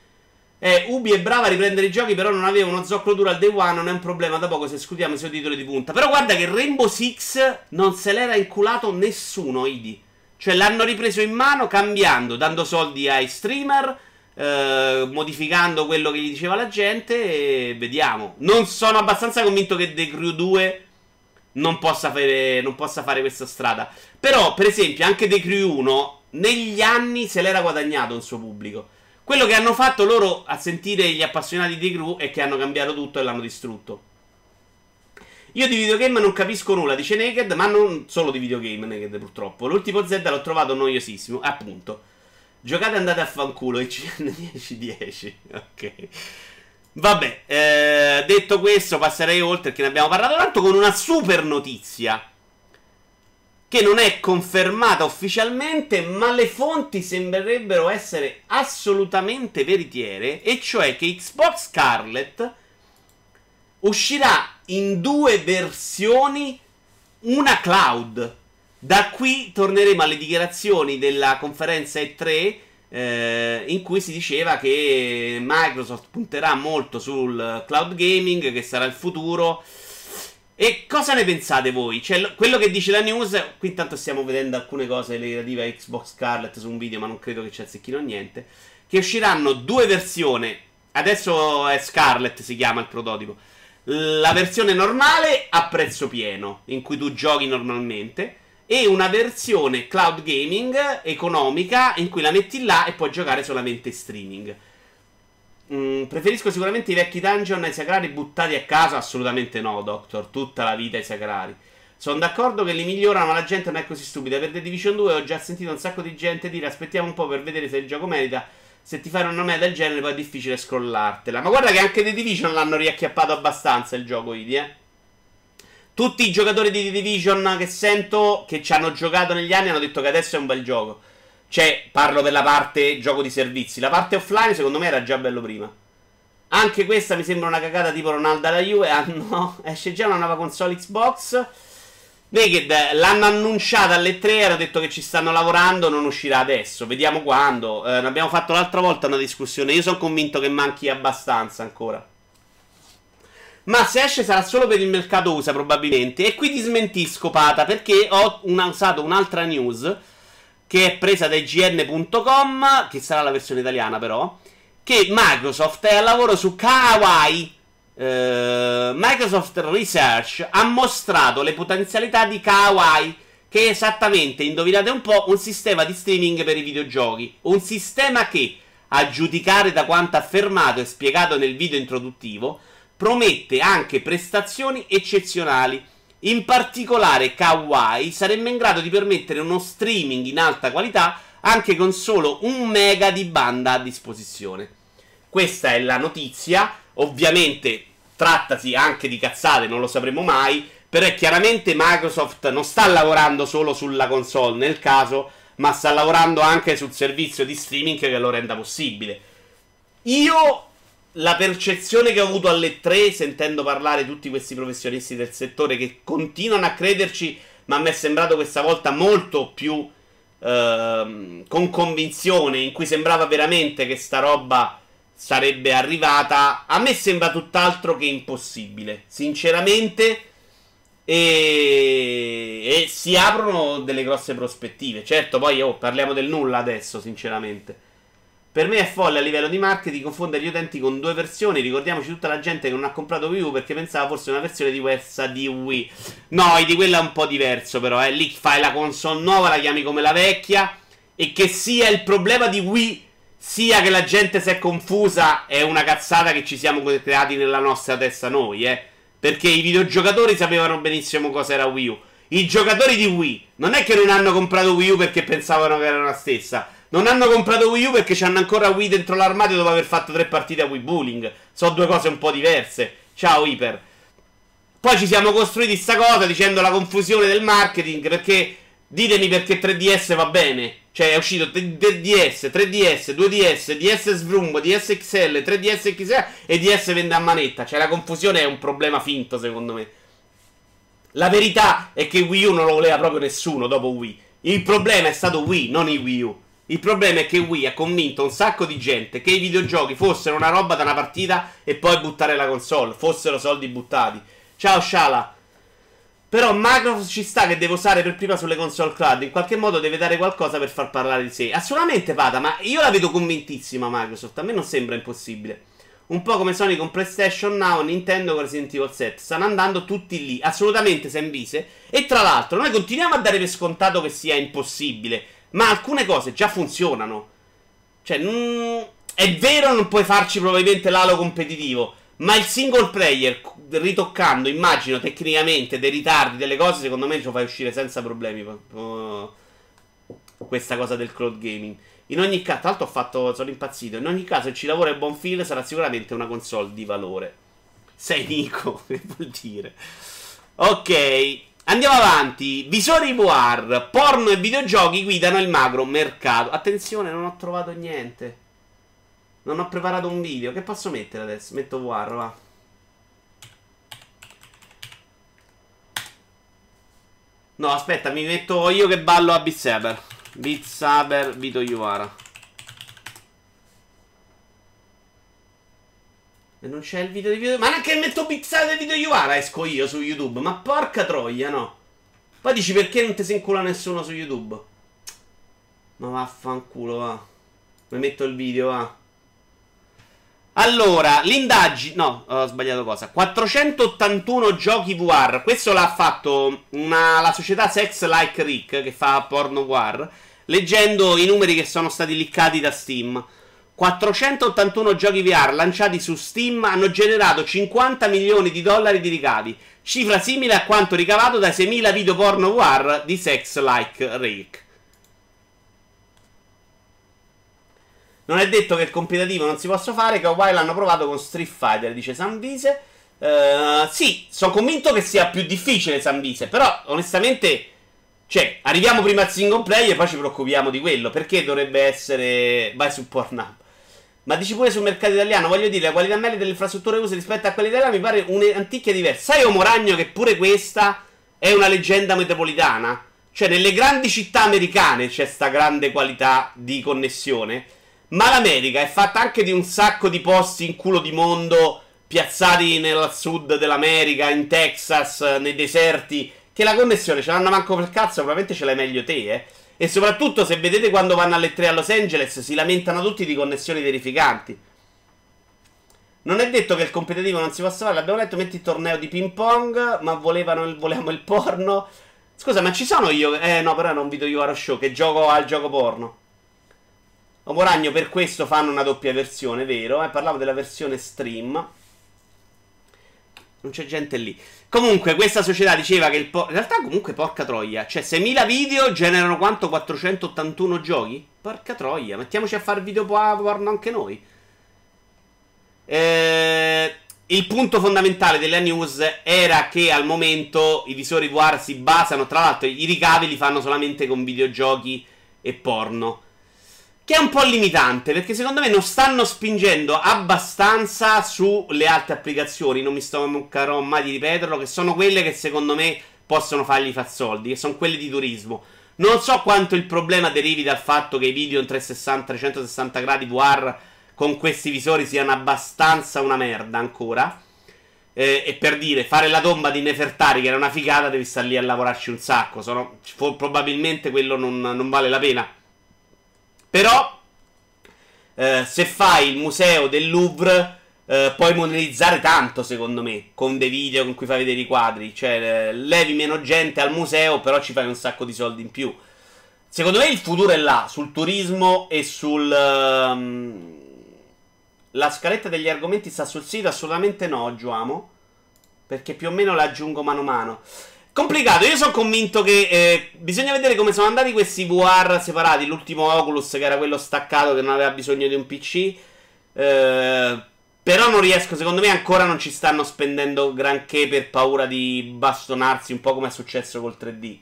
Eh, Ubi è brava a riprendere i giochi, però non aveva uno zoccolo duro al day one, non è un problema da poco se escludiamo i suoi titoli di punta. Però guarda che Rainbow Six non se l'era inculato nessuno, Idi. Cioè l'hanno ripreso in mano cambiando, dando soldi ai streamer, eh, modificando quello che gli diceva la gente e vediamo. Non sono abbastanza convinto che The Crew due non possa fare, non possa fare questa strada. Però, per esempio, anche The Crew uno negli anni se l'era guadagnato un suo pubblico. Quello che hanno fatto loro a sentire gli appassionati di Crew è che hanno cambiato tutto e l'hanno distrutto. Io di videogame non capisco nulla, dice Naked, ma non solo di videogame Naked purtroppo. L'ultimo Z l'ho trovato noiosissimo, appunto. Giocate e andate a fanculo, I C N dieci dieci. Ok. Vabbè, eh, detto questo passerei oltre perché ne abbiamo parlato tanto con una super notizia che non è confermata ufficialmente, ma le fonti sembrerebbero essere assolutamente veritiere, e cioè che Xbox Scarlett uscirà in due versioni, una cloud. Da qui torneremo alle dichiarazioni della conferenza E tre, eh, in cui si diceva che Microsoft punterà molto sul cloud gaming, che sarà il futuro. E cosa ne pensate voi? Cioè, quello che dice la news, qui intanto stiamo vedendo alcune cose relative a Xbox Scarlett su un video, ma non credo che ci azzecchino niente, che usciranno due versioni. Adesso è Scarlett, si chiama il prototipo. La versione normale a prezzo pieno, in cui tu giochi normalmente, e una versione cloud gaming economica, in cui la metti là e puoi giocare solamente in streaming. Mm, preferisco sicuramente i vecchi dungeon ai sacrari buttati a caso. Assolutamente no, Doctor. Tutta la vita ai sacrari. Sono d'accordo che li migliorano, ma la gente non è così stupida. Per The Division due ho già sentito un sacco di gente dire aspettiamo un po' per vedere se il gioco merita. Se ti fai una media del genere poi è difficile scrollartela. Ma guarda che anche The Division l'hanno riacchiappato abbastanza il gioco, Idi, eh. Tutti i giocatori di The Division che sento, che ci hanno giocato negli anni, hanno detto che adesso è un bel gioco. Cioè, parlo per la parte gioco di servizi. La parte offline secondo me era già bello prima. Anche questa mi sembra una cagata tipo Ronaldo alla Juve. Ah no, esce già una nuova console Xbox. Naked l'hanno annunciata alle tre, hanno detto che ci stanno lavorando, non uscirà adesso, vediamo quando. Eh, ne abbiamo fatto l'altra volta una discussione, io sono convinto che manchi abbastanza ancora. Ma se esce sarà solo per il mercato U S A probabilmente. E qui ti smentisco, Pata, perché ho una, usato un'altra news che è presa da I G N punto com, che sarà la versione italiana però, che Microsoft è al lavoro su Kawaii. Uh, Microsoft Research ha mostrato le potenzialità di Kawaii, che è esattamente, indovinate un po', un sistema di streaming per i videogiochi. Un sistema che, a giudicare da quanto affermato e spiegato nel video introduttivo, promette anche prestazioni eccezionali. In particolare Kawaii sarebbe in grado di permettere uno streaming in alta qualità anche con solo un mega di banda a disposizione. Questa è la notizia. Ovviamente trattasi anche di cazzate, non lo sapremo mai, però è chiaramente Microsoft non sta lavorando solo sulla console nel caso, ma sta lavorando anche sul servizio di streaming che lo renda possibile. Io la percezione che ho avuto alle tre, sentendo parlare tutti questi professionisti del settore che continuano a crederci, ma a me è sembrato questa volta molto più ehm, con convinzione, in cui sembrava veramente che sta roba sarebbe arrivata. A me sembra tutt'altro che impossibile, sinceramente, e... e si aprono delle grosse prospettive. Certo, poi oh, parliamo del nulla adesso, sinceramente. Per me è folle a livello di marketing confondere gli utenti con due versioni. Ricordiamoci tutta la gente che non ha comprato Wii U perché pensava fosse una versione diversa di Wii. No, di quella è un po' diverso però, eh. Lì fai la console nuova, la chiami come la vecchia, e che sia il problema di Wii sia che la gente si è confusa è una cazzata che ci siamo creati nella nostra testa noi, eh. Perché i videogiocatori sapevano benissimo cosa era Wii U. I giocatori di Wii non è che non hanno comprato Wii U perché pensavano che era la stessa. Non hanno comprato Wii U perché c'hanno ancora Wii dentro l'armadio dopo aver fatto tre partite a Wii Bowling. Sono due cose un po' diverse. Ciao Iper. Poi ci siamo costruiti sta cosa dicendo la confusione del marketing, perché ditemi perché tre D S va bene. Cioè è uscito tre D S, tre D S, due D S, D S Svrum, D S X L, tre D S X L e D S vende a manetta. Cioè la confusione è un problema finto secondo me. La verità è che Wii U non lo voleva proprio nessuno dopo Wii. Il problema è stato Wii, non i Wii U. Il problema è che Wii ha convinto un sacco di gente che i videogiochi fossero una roba da una partita e poi buttare la console, fossero soldi buttati. Ciao Shala. Però Microsoft ci sta che deve usare per prima sulle console cloud. In qualche modo deve dare qualcosa per far parlare di sé. Assolutamente Pata, ma io la vedo convintissima Microsoft. A me non sembra impossibile. Un po' come Sony con PlayStation Now, Nintendo con Resident Evil sette. Stanno andando tutti lì, assolutamente Sembise. E tra l'altro noi continuiamo a dare per scontato che sia impossibile, ma alcune cose già funzionano. Cioè, mm, è vero non puoi farci probabilmente l'halo competitivo, ma il single player, ritoccando, immagino, tecnicamente, dei ritardi, delle cose, secondo me ce lo fai uscire senza problemi. Uh, questa cosa del cloud gaming. In ogni caso, tra l'altro ho fatto, sono impazzito. In ogni caso, se ci lavora il buon feel, sarà sicuramente una console di valore. Sei Nico, che vuol dire? Ok, andiamo avanti. Visori V R, porno e videogiochi guidano il macro mercato. Attenzione, non ho trovato niente. Non ho preparato un video. Che posso mettere adesso? Metto V R, va. No, aspetta, mi metto io che ballo a Beat Saber. Beat Saber, Vito Iuvara. E non c'è il video di video. Ma neanche metto Beat Saber Vito Iuvara esco io su YouTube. Ma porca troia, no. Poi dici perché non ti si incula nessuno su YouTube. Ma vaffanculo, va. Mi metto il video, va. Allora, l'indagine... No, ho sbagliato cosa. quattrocentottantuno giochi V R. Questo l'ha fatto una, la società Sex Like Rick, che fa porno V R, leggendo i numeri che sono stati leakati da Steam. quattrocentottantuno giochi V R lanciati su Steam hanno generato cinquanta milioni di dollari di ricavi, cifra simile a quanto ricavato dai seimila video porno V R di Sex Like Rick. Non è detto che il competitivo non si possa fare, che Wild l'hanno provato con Street Fighter, dice Sanvise. Uh, sì, sono convinto che sia più difficile Sanvise, però onestamente, cioè, arriviamo prima al single player e poi ci preoccupiamo di quello. Perché dovrebbe essere... Vai su Pornhub. Ma dici pure sul mercato italiano, voglio dire, la qualità media delle infrastrutture U S rispetto a quelle italiane mi pare un'anticchia diversa. Sai, Omo Ragno, che pure questa è una leggenda metropolitana? Cioè, nelle grandi città americane c'è sta grande qualità di connessione, ma l'America è fatta anche di un sacco di posti in culo di mondo, piazzati nel sud dell'America, in Texas, nei deserti, che la connessione ce l'hanno manco per cazzo, probabilmente ce l'hai meglio te, eh. E soprattutto, se vedete quando vanno alle tre a Los Angeles, si lamentano tutti di connessioni terrificanti. Non è detto che il competitivo non si possa fare, l'abbiamo letto, metti il torneo di ping pong, ma volevano il, volevamo il porno. Scusa, ma ci sono io? Eh no, però non video io a show, che gioco al gioco porno. Omo Ragno, per questo fanno una doppia versione, vero? Eh, parlavo della versione stream. Non c'è gente lì. Comunque, questa società diceva che il po- in realtà, comunque, porca troia. Cioè, seimila video generano quanto? quattrocentottantuno giochi? Porca troia. Mettiamoci a fare video porno anche noi. Eh, il punto fondamentale della news era che al momento i visori V R si basano. Tra l'altro, i ricavi li fanno solamente con videogiochi e porno. Che è un po' limitante, perché secondo me non stanno spingendo abbastanza sulle altre applicazioni. Non mi stancherò mai di ripeterlo, che sono quelle che secondo me possono fargli far soldi, che sono quelle di turismo. Non so quanto il problema derivi dal fatto che i video in trecentosessanta, trecentosessanta gradi V R con questi visori siano abbastanza una merda ancora. Eh, e per dire, fare la tomba di Nefertari, che era una figata, devi stare lì a lavorarci un sacco. Sono, probabilmente quello non, non vale la pena. Però, eh, se fai il museo del Louvre, eh, puoi monetizzare tanto, secondo me, con dei video con cui fai vedere i quadri. Cioè, eh, levi meno gente al museo, però ci fai un sacco di soldi in più. Secondo me il futuro è là, sul turismo e sul... Um, la scaletta degli argomenti sta sul sito? Assolutamente no, Giuamo, perché più o meno la aggiungo mano a mano. Complicato, io sono convinto che eh, bisogna vedere come sono andati questi V R separati. L'ultimo Oculus, che era quello staccato, che non aveva bisogno di un P C. eh, Però non riesco, secondo me ancora non ci stanno spendendo granché per paura di bastonarsi, un po' come è successo col tre D.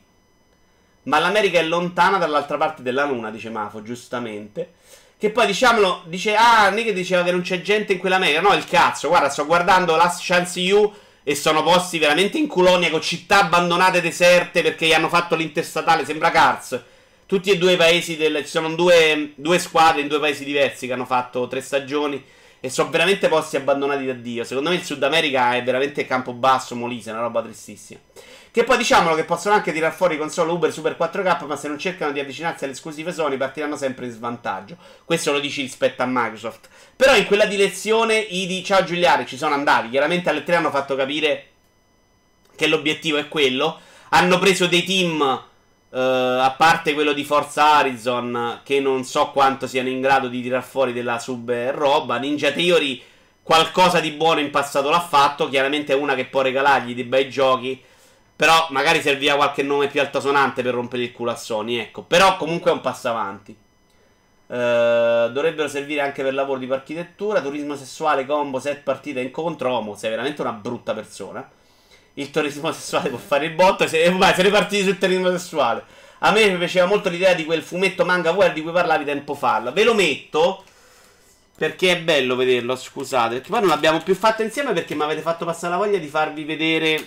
Ma l'America è lontana dall'altra parte della luna, dice Mafo, giustamente. Che poi, diciamolo, dice, ah, Nick diceva che non c'è gente in quell'America. No, il cazzo, guarda, sto guardando Last Chance U e sono posti veramente in colonia, con città abbandonate deserte perché gli hanno fatto l'interstatale, sembra Cars. Tutti e due i paesi del... Ci sono due, due squadre in due paesi diversi che hanno fatto tre stagioni e sono veramente posti abbandonati da Dio. Secondo me il Sud America è veramente Campobasso, Molise, una roba tristissima. Che poi diciamolo che possono anche tirar fuori console Uber Super quattro K, ma se non cercano di avvicinarsi alle esclusive Sony partiranno sempre in svantaggio. Questo lo dici rispetto a Microsoft. Però in quella direzione i di Ciao Giuliari ci sono andati. Chiaramente alle tre hanno fatto capire che l'obiettivo è quello. Hanno preso dei team, eh, a parte quello di Forza Horizon, che non so quanto siano in grado di tirar fuori della sub roba. Ninja Theory qualcosa di buono in passato l'ha fatto. Chiaramente è una che può regalargli dei bei giochi, però magari serviva qualche nome più altisonante per rompere il culo a Sony, ecco. Però comunque è un passo avanti. Uh, dovrebbero servire anche per lavoro di architettura, turismo sessuale, combo, set partita, incontro, Omo, sei veramente una brutta persona. Il turismo sessuale può fare il botto, se, vai, se ne partiti sul turismo sessuale. A me mi piaceva molto l'idea di quel fumetto manga V R di cui parlavi tempo fa. Ve lo metto perché è bello vederlo, scusate, perché poi non l'abbiamo più fatto insieme perché mi avete fatto passare la voglia di farvi vedere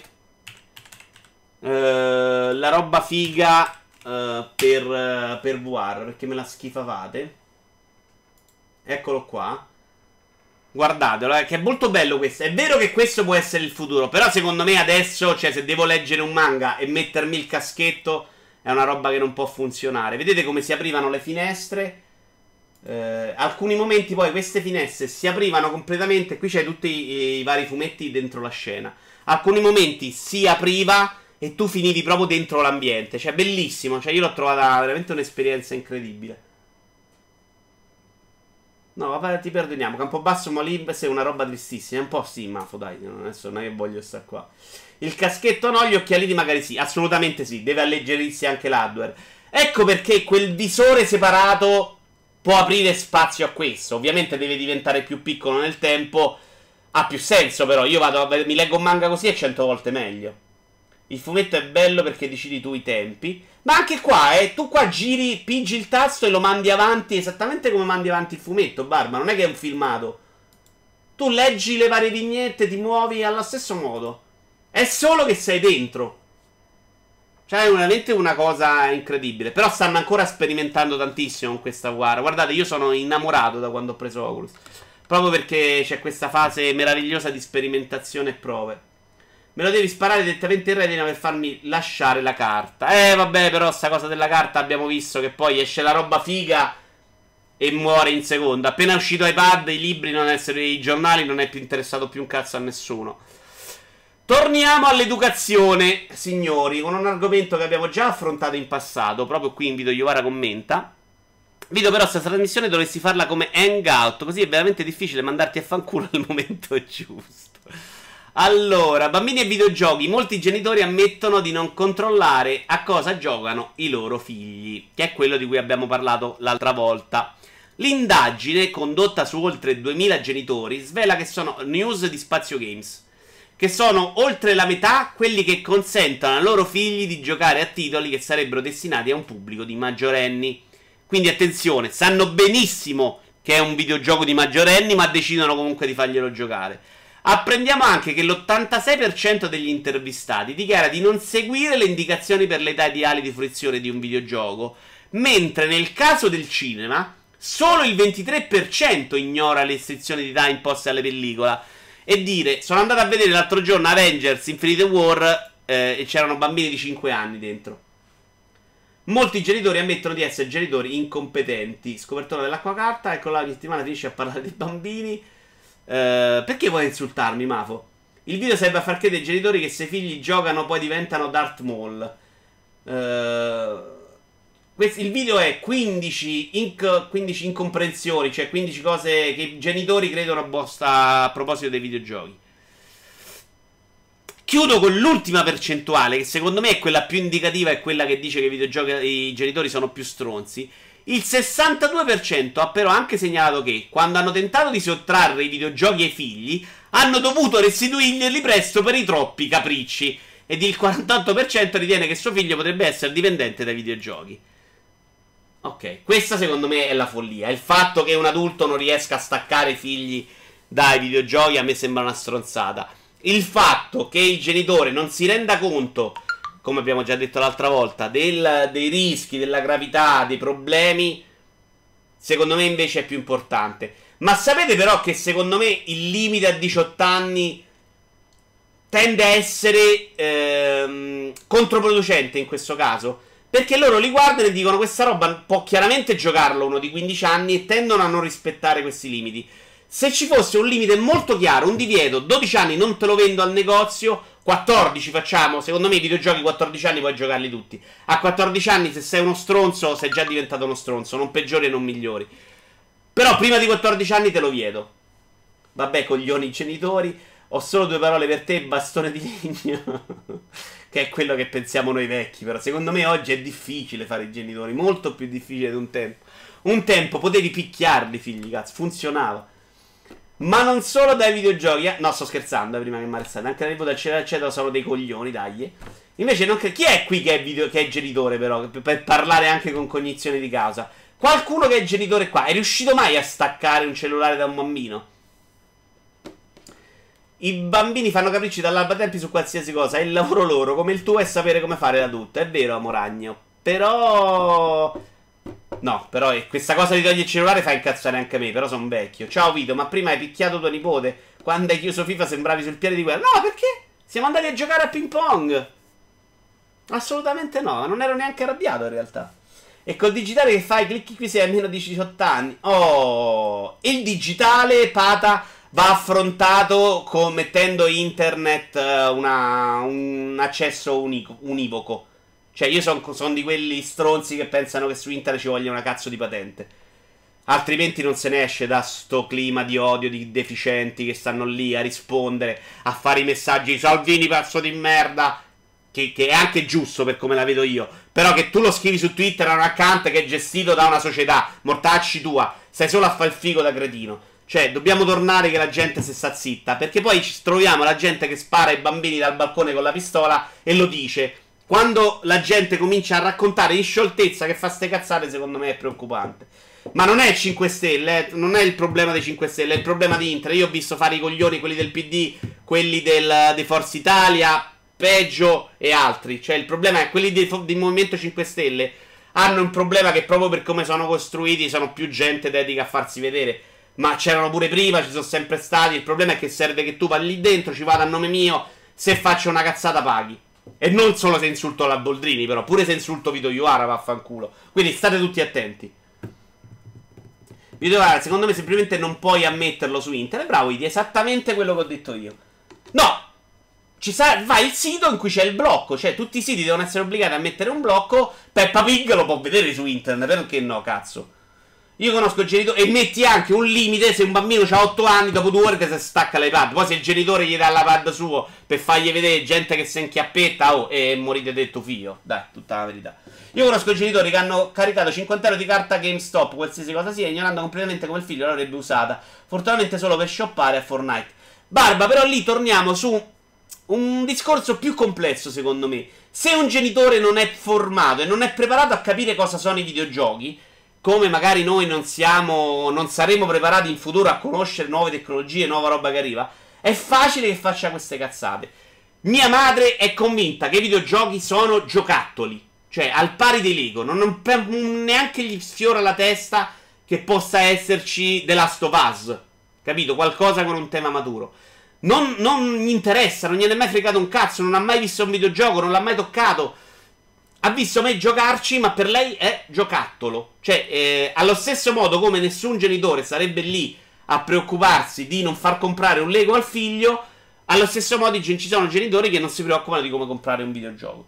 Uh, la roba figa uh, per, uh, per V R, perché me la schifavate. Eccolo qua. Guardatelo, eh, che è molto bello questo. È vero che questo può essere il futuro, però secondo me adesso, cioè, se devo leggere un manga e mettermi il caschetto, è una roba che non può funzionare. Vedete come si aprivano le finestre? Eh, alcuni momenti poi queste finestre si aprivano completamente. Qui c'hai tutti i, i vari fumetti dentro la scena. Alcuni momenti si apriva e tu finivi proprio dentro l'ambiente. Cioè, bellissimo. Cioè, io l'ho trovata veramente un'esperienza incredibile. No, vabbè, ti perdoniamo. Campobasso Molimbes è una roba tristissima. È un po' sì, Mafo, dai. Adesso non è che voglio stare qua. Il caschetto no, gli occhialini magari sì. Assolutamente sì. Deve alleggerirsi anche l'hardware. Ecco perché quel visore separato può aprire spazio a questo. Ovviamente deve diventare più piccolo nel tempo. Ha più senso, però. Io vado a, mi leggo un manga così è cento volte meglio. Il fumetto è bello perché decidi tu i tempi. Ma anche qua, eh, tu qua giri, pigi il tasto e lo mandi avanti esattamente come mandi avanti il fumetto, Barba. Non è che è un filmato. Tu leggi le varie vignette, ti muovi allo stesso modo. È solo che sei dentro. Cioè, è veramente una cosa incredibile. Però stanno ancora sperimentando tantissimo con questa guarda. Guardate, io sono innamorato da quando ho preso Oculus. Proprio perché c'è questa fase meravigliosa di sperimentazione e prove. Me lo devi sparare direttamente in retina per farmi lasciare la carta. Eh, vabbè, però sta cosa della carta abbiamo visto che poi esce la roba figa e muore in secondo. Appena è uscito iPad, i libri, non essere i giornali, non è più interessato più un cazzo a nessuno. Torniamo all'educazione, signori, con un argomento che abbiamo già affrontato in passato. Proprio qui in video Iovara commenta. Video però questa trasmissione dovresti farla come hangout, così è veramente difficile mandarti a fanculo al momento giusto. Allora, bambini e videogiochi. Molti genitori ammettono di non controllare a cosa giocano i loro figli, che è quello di cui abbiamo parlato l'altra volta. L'indagine, condotta su oltre duemila genitori, svela che sono news di Spazio Games, che sono oltre la metà quelli che consentono ai loro figli di giocare a titoli che sarebbero destinati a un pubblico di maggiorenni. Quindi attenzione, sanno benissimo che è un videogioco di maggiorenni, ma decidono comunque di farglielo giocare. Apprendiamo anche che l'ottantasei per cento degli intervistati dichiara di non seguire le indicazioni per l'età ideale di fruizione di un videogioco, mentre nel caso del cinema solo il ventitré per cento ignora le restrizioni di età imposte alle pellicole. E dire, sono andato a vedere l'altro giorno Avengers Infinite War eh, e c'erano bambini di cinque anni dentro. Molti genitori ammettono di essere genitori incompetenti. Scopertura dell'acqua carta, ecco la ogni settimana finisce a parlare dei bambini. Uh, perché vuoi insultarmi, Mafo? Il video serve a far credere ai genitori che se i figli giocano poi diventano Darth Maul. Uh, questo, il video è quindici, inc- quindici incomprensioni, cioè quindici cose che i genitori credono a, bosta, a proposito dei videogiochi. Chiudo con l'ultima percentuale, che secondo me è quella più indicativa, è quella che dice che i, videogiochi, i genitori sono più stronzi. Il sessantadue per cento ha però anche segnalato che, quando hanno tentato di sottrarre i videogiochi ai figli, hanno dovuto restituirglieli presto per i troppi capricci. Ed il quarantotto per cento ritiene che suo figlio potrebbe essere dipendente dai videogiochi. Ok, questa secondo me è la follia. Il fatto che un adulto non riesca a staccare i figli dai videogiochi a me sembra una stronzata. Il fatto che il genitore non si renda conto, come abbiamo già detto l'altra volta, del, dei rischi, della gravità, dei problemi, secondo me invece è più importante. Ma sapete però che secondo me il limite a diciotto anni tende a essere ehm, controproducente in questo caso, perché loro li guardano e dicono questa roba può chiaramente giocarlo uno di quindici anni e tendono a non rispettare questi limiti. Se ci fosse un limite molto chiaro, un divieto, dodici anni non te lo vendo al negozio, quattordici facciamo, secondo me i videogiochi quattordici anni puoi giocarli tutti. A quattordici anni se sei uno stronzo sei già diventato uno stronzo, non peggiori e non migliori. Però prima di quattordici anni te lo vieto. Vabbè, coglioni genitori, ho solo due parole per te, bastone di legno. Che è quello che pensiamo noi vecchi, però secondo me oggi è difficile fare i genitori, molto più difficile di un tempo. Un tempo potevi picchiarli figli, cazzo, funzionava. Ma non solo dai videogiochi, eh? No, sto scherzando, eh, prima che mi arrestate. Anche dal eccetera eccetera sono dei coglioni, dai. Invece non cre- chi è qui che è, video- che è genitore però, per, per parlare anche con cognizione di causa? Qualcuno che è genitore qua, è riuscito mai a staccare un cellulare da un bambino? I bambini fanno capricci dall'alba tempi su qualsiasi cosa, è il lavoro loro, come il tuo è sapere come fare l'adulto. È vero, Moragno, però... No, però eh, questa cosa di togliere il cellulare fa incazzare anche me, però sono vecchio. Ciao Vito, ma prima hai picchiato tua nipote? Quando hai chiuso FIFA sembravi sul piede di guerra. No, perché? Siamo andati a giocare a ping pong. Assolutamente no, non ero neanche arrabbiato in realtà. E col digitale che fai? Clicchi qui se hai meno di diciotto anni. Oh, il digitale, Pata, va affrontato con, mettendo internet eh, una, un accesso unico, univoco. Cioè io sono son di quelli stronzi che pensano che su internet ci voglia una cazzo di patente. Altrimenti non se ne esce da sto clima di odio, di deficienti che stanno lì a rispondere, a fare i messaggi Salvini pezzo di merda, che, che è anche giusto per come la vedo io. Però che tu lo scrivi su Twitter a un account che è gestito da una società, mortacci tua, stai solo a fare il figo da cretino. Cioè dobbiamo tornare che la gente si sta zitta, perché poi ci troviamo la gente che spara ai bambini dal balcone con la pistola e lo dice. Quando la gente comincia a raccontare in scioltezza che fa ste cazzate, secondo me è preoccupante. Ma non è il cinque Stelle, eh, non è il problema dei cinque Stelle, è il problema di Inter. Io ho visto fare i coglioni quelli del P D, quelli del, di Forza Italia, Peggio e altri. Cioè il problema è che quelli del Movimento cinque Stelle hanno un problema che proprio per come sono costruiti sono più gente dedica a farsi vedere. Ma c'erano pure prima, ci sono sempre stati. Il problema è che serve che tu vai lì dentro, ci vada a nome mio, se faccio una cazzata paghi. E non solo se insulto la Boldrini, però pure se insulto Vito Iuara, vaffanculo. Quindi state tutti attenti. Vito Iuara, secondo me semplicemente non puoi ammetterlo su internet. Bravo, Idi, esattamente quello che ho detto io. No, ci sa- vai il sito in cui c'è il blocco. Cioè tutti i siti devono essere obbligati a mettere un blocco. Peppa Pig lo può vedere su internet, perché no, cazzo. Io conosco il genitore. E metti anche un limite se un bambino ha otto anni, dopo due ore che si stacca l'iPad. Poi se il genitore gli dà l'iPad suo per fargli vedere gente che si inchiappetta, oh, e morite detto figlio. Dai, tutta la verità. Io conosco i genitori che hanno caricato cinquanta euro di carta GameStop, qualsiasi cosa sia, ignorando completamente come il figlio l'avrebbe usata. Fortunatamente solo per shoppare a Fortnite. Barba, però lì torniamo su un discorso più complesso, secondo me. Se un genitore non è formato e non è preparato a capire cosa sono i videogiochi, come magari noi non siamo, non saremo preparati in futuro a conoscere nuove tecnologie, nuova roba che arriva, è facile che faccia queste cazzate. Mia madre è convinta che i videogiochi sono giocattoli, cioè al pari dei Lego. Non, non neanche gli sfiora la testa che possa esserci The Last of Us, capito? Qualcosa con un tema maturo. Non, non gli interessa, non gliene è mai fregato un cazzo, non ha mai visto un videogioco, non l'ha mai toccato. Ha visto me giocarci, ma per lei è giocattolo. Cioè, eh, allo stesso modo come nessun genitore sarebbe lì a preoccuparsi di non far comprare un Lego al figlio, allo stesso modo ci sono genitori che non si preoccupano di come comprare un videogioco.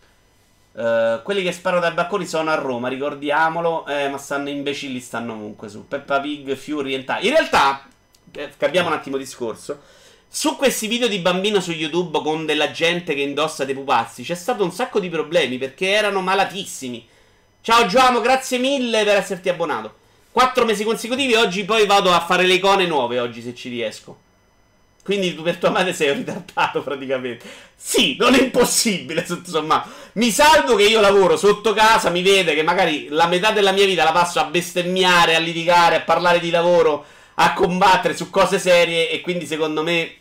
Uh, quelli che sparano dai balconi sono a Roma, ricordiamolo, eh, ma stanno imbecilli, stanno ovunque su Peppa Pig, Fury e In realtà, eh, cambiamo un attimo discorso. Su questi video di bambino su YouTube con della gente che indossa dei pupazzi c'è stato un sacco di problemi perché erano malatissimi. Ciao Giamo, grazie mille per esserti abbonato. Quattro mesi consecutivi, oggi poi vado a fare le icone nuove, oggi se ci riesco. Quindi tu per tua madre sei un ritardato praticamente. Sì, non è impossibile, insomma. Mi salvo che io lavoro sotto casa, mi vede che magari la metà della mia vita la passo a bestemmiare, a litigare, a parlare di lavoro, a combattere su cose serie, e quindi secondo me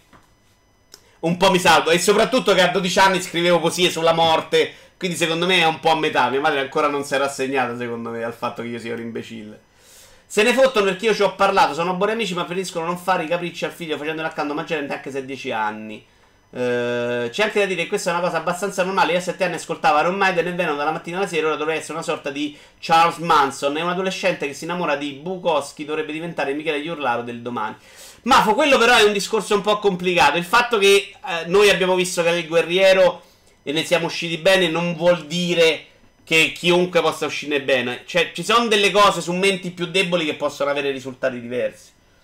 un po' mi salvo. E soprattutto che a dodici anni scrivevo poesie sulla morte, quindi secondo me è un po' a metà. Mia madre ancora non si è rassegnata, secondo me, al fatto che io sia un imbecille. Se ne fottono perché io ci ho parlato, sono buoni amici, ma preferiscono non fare i capricci al figlio facendo l'accanto maggiormente anche se ha dieci anni. Uh, c'è anche da dire che questa è una cosa abbastanza normale. Io a sette anni ascoltavo Iron Maiden e Venom dalla mattina alla sera. Ora dovrebbe essere una sorta di Charles Manson. È un adolescente che si innamora di Bukowski, dovrebbe diventare Michele Iurlaro del domani. Mafo, quello però è un discorso un po' complicato. Il fatto che uh, noi abbiamo visto che è il guerriero e ne siamo usciti bene non vuol dire che chiunque possa uscirne bene. Cioè, ci sono delle cose su menti più deboli che possono avere risultati diversi.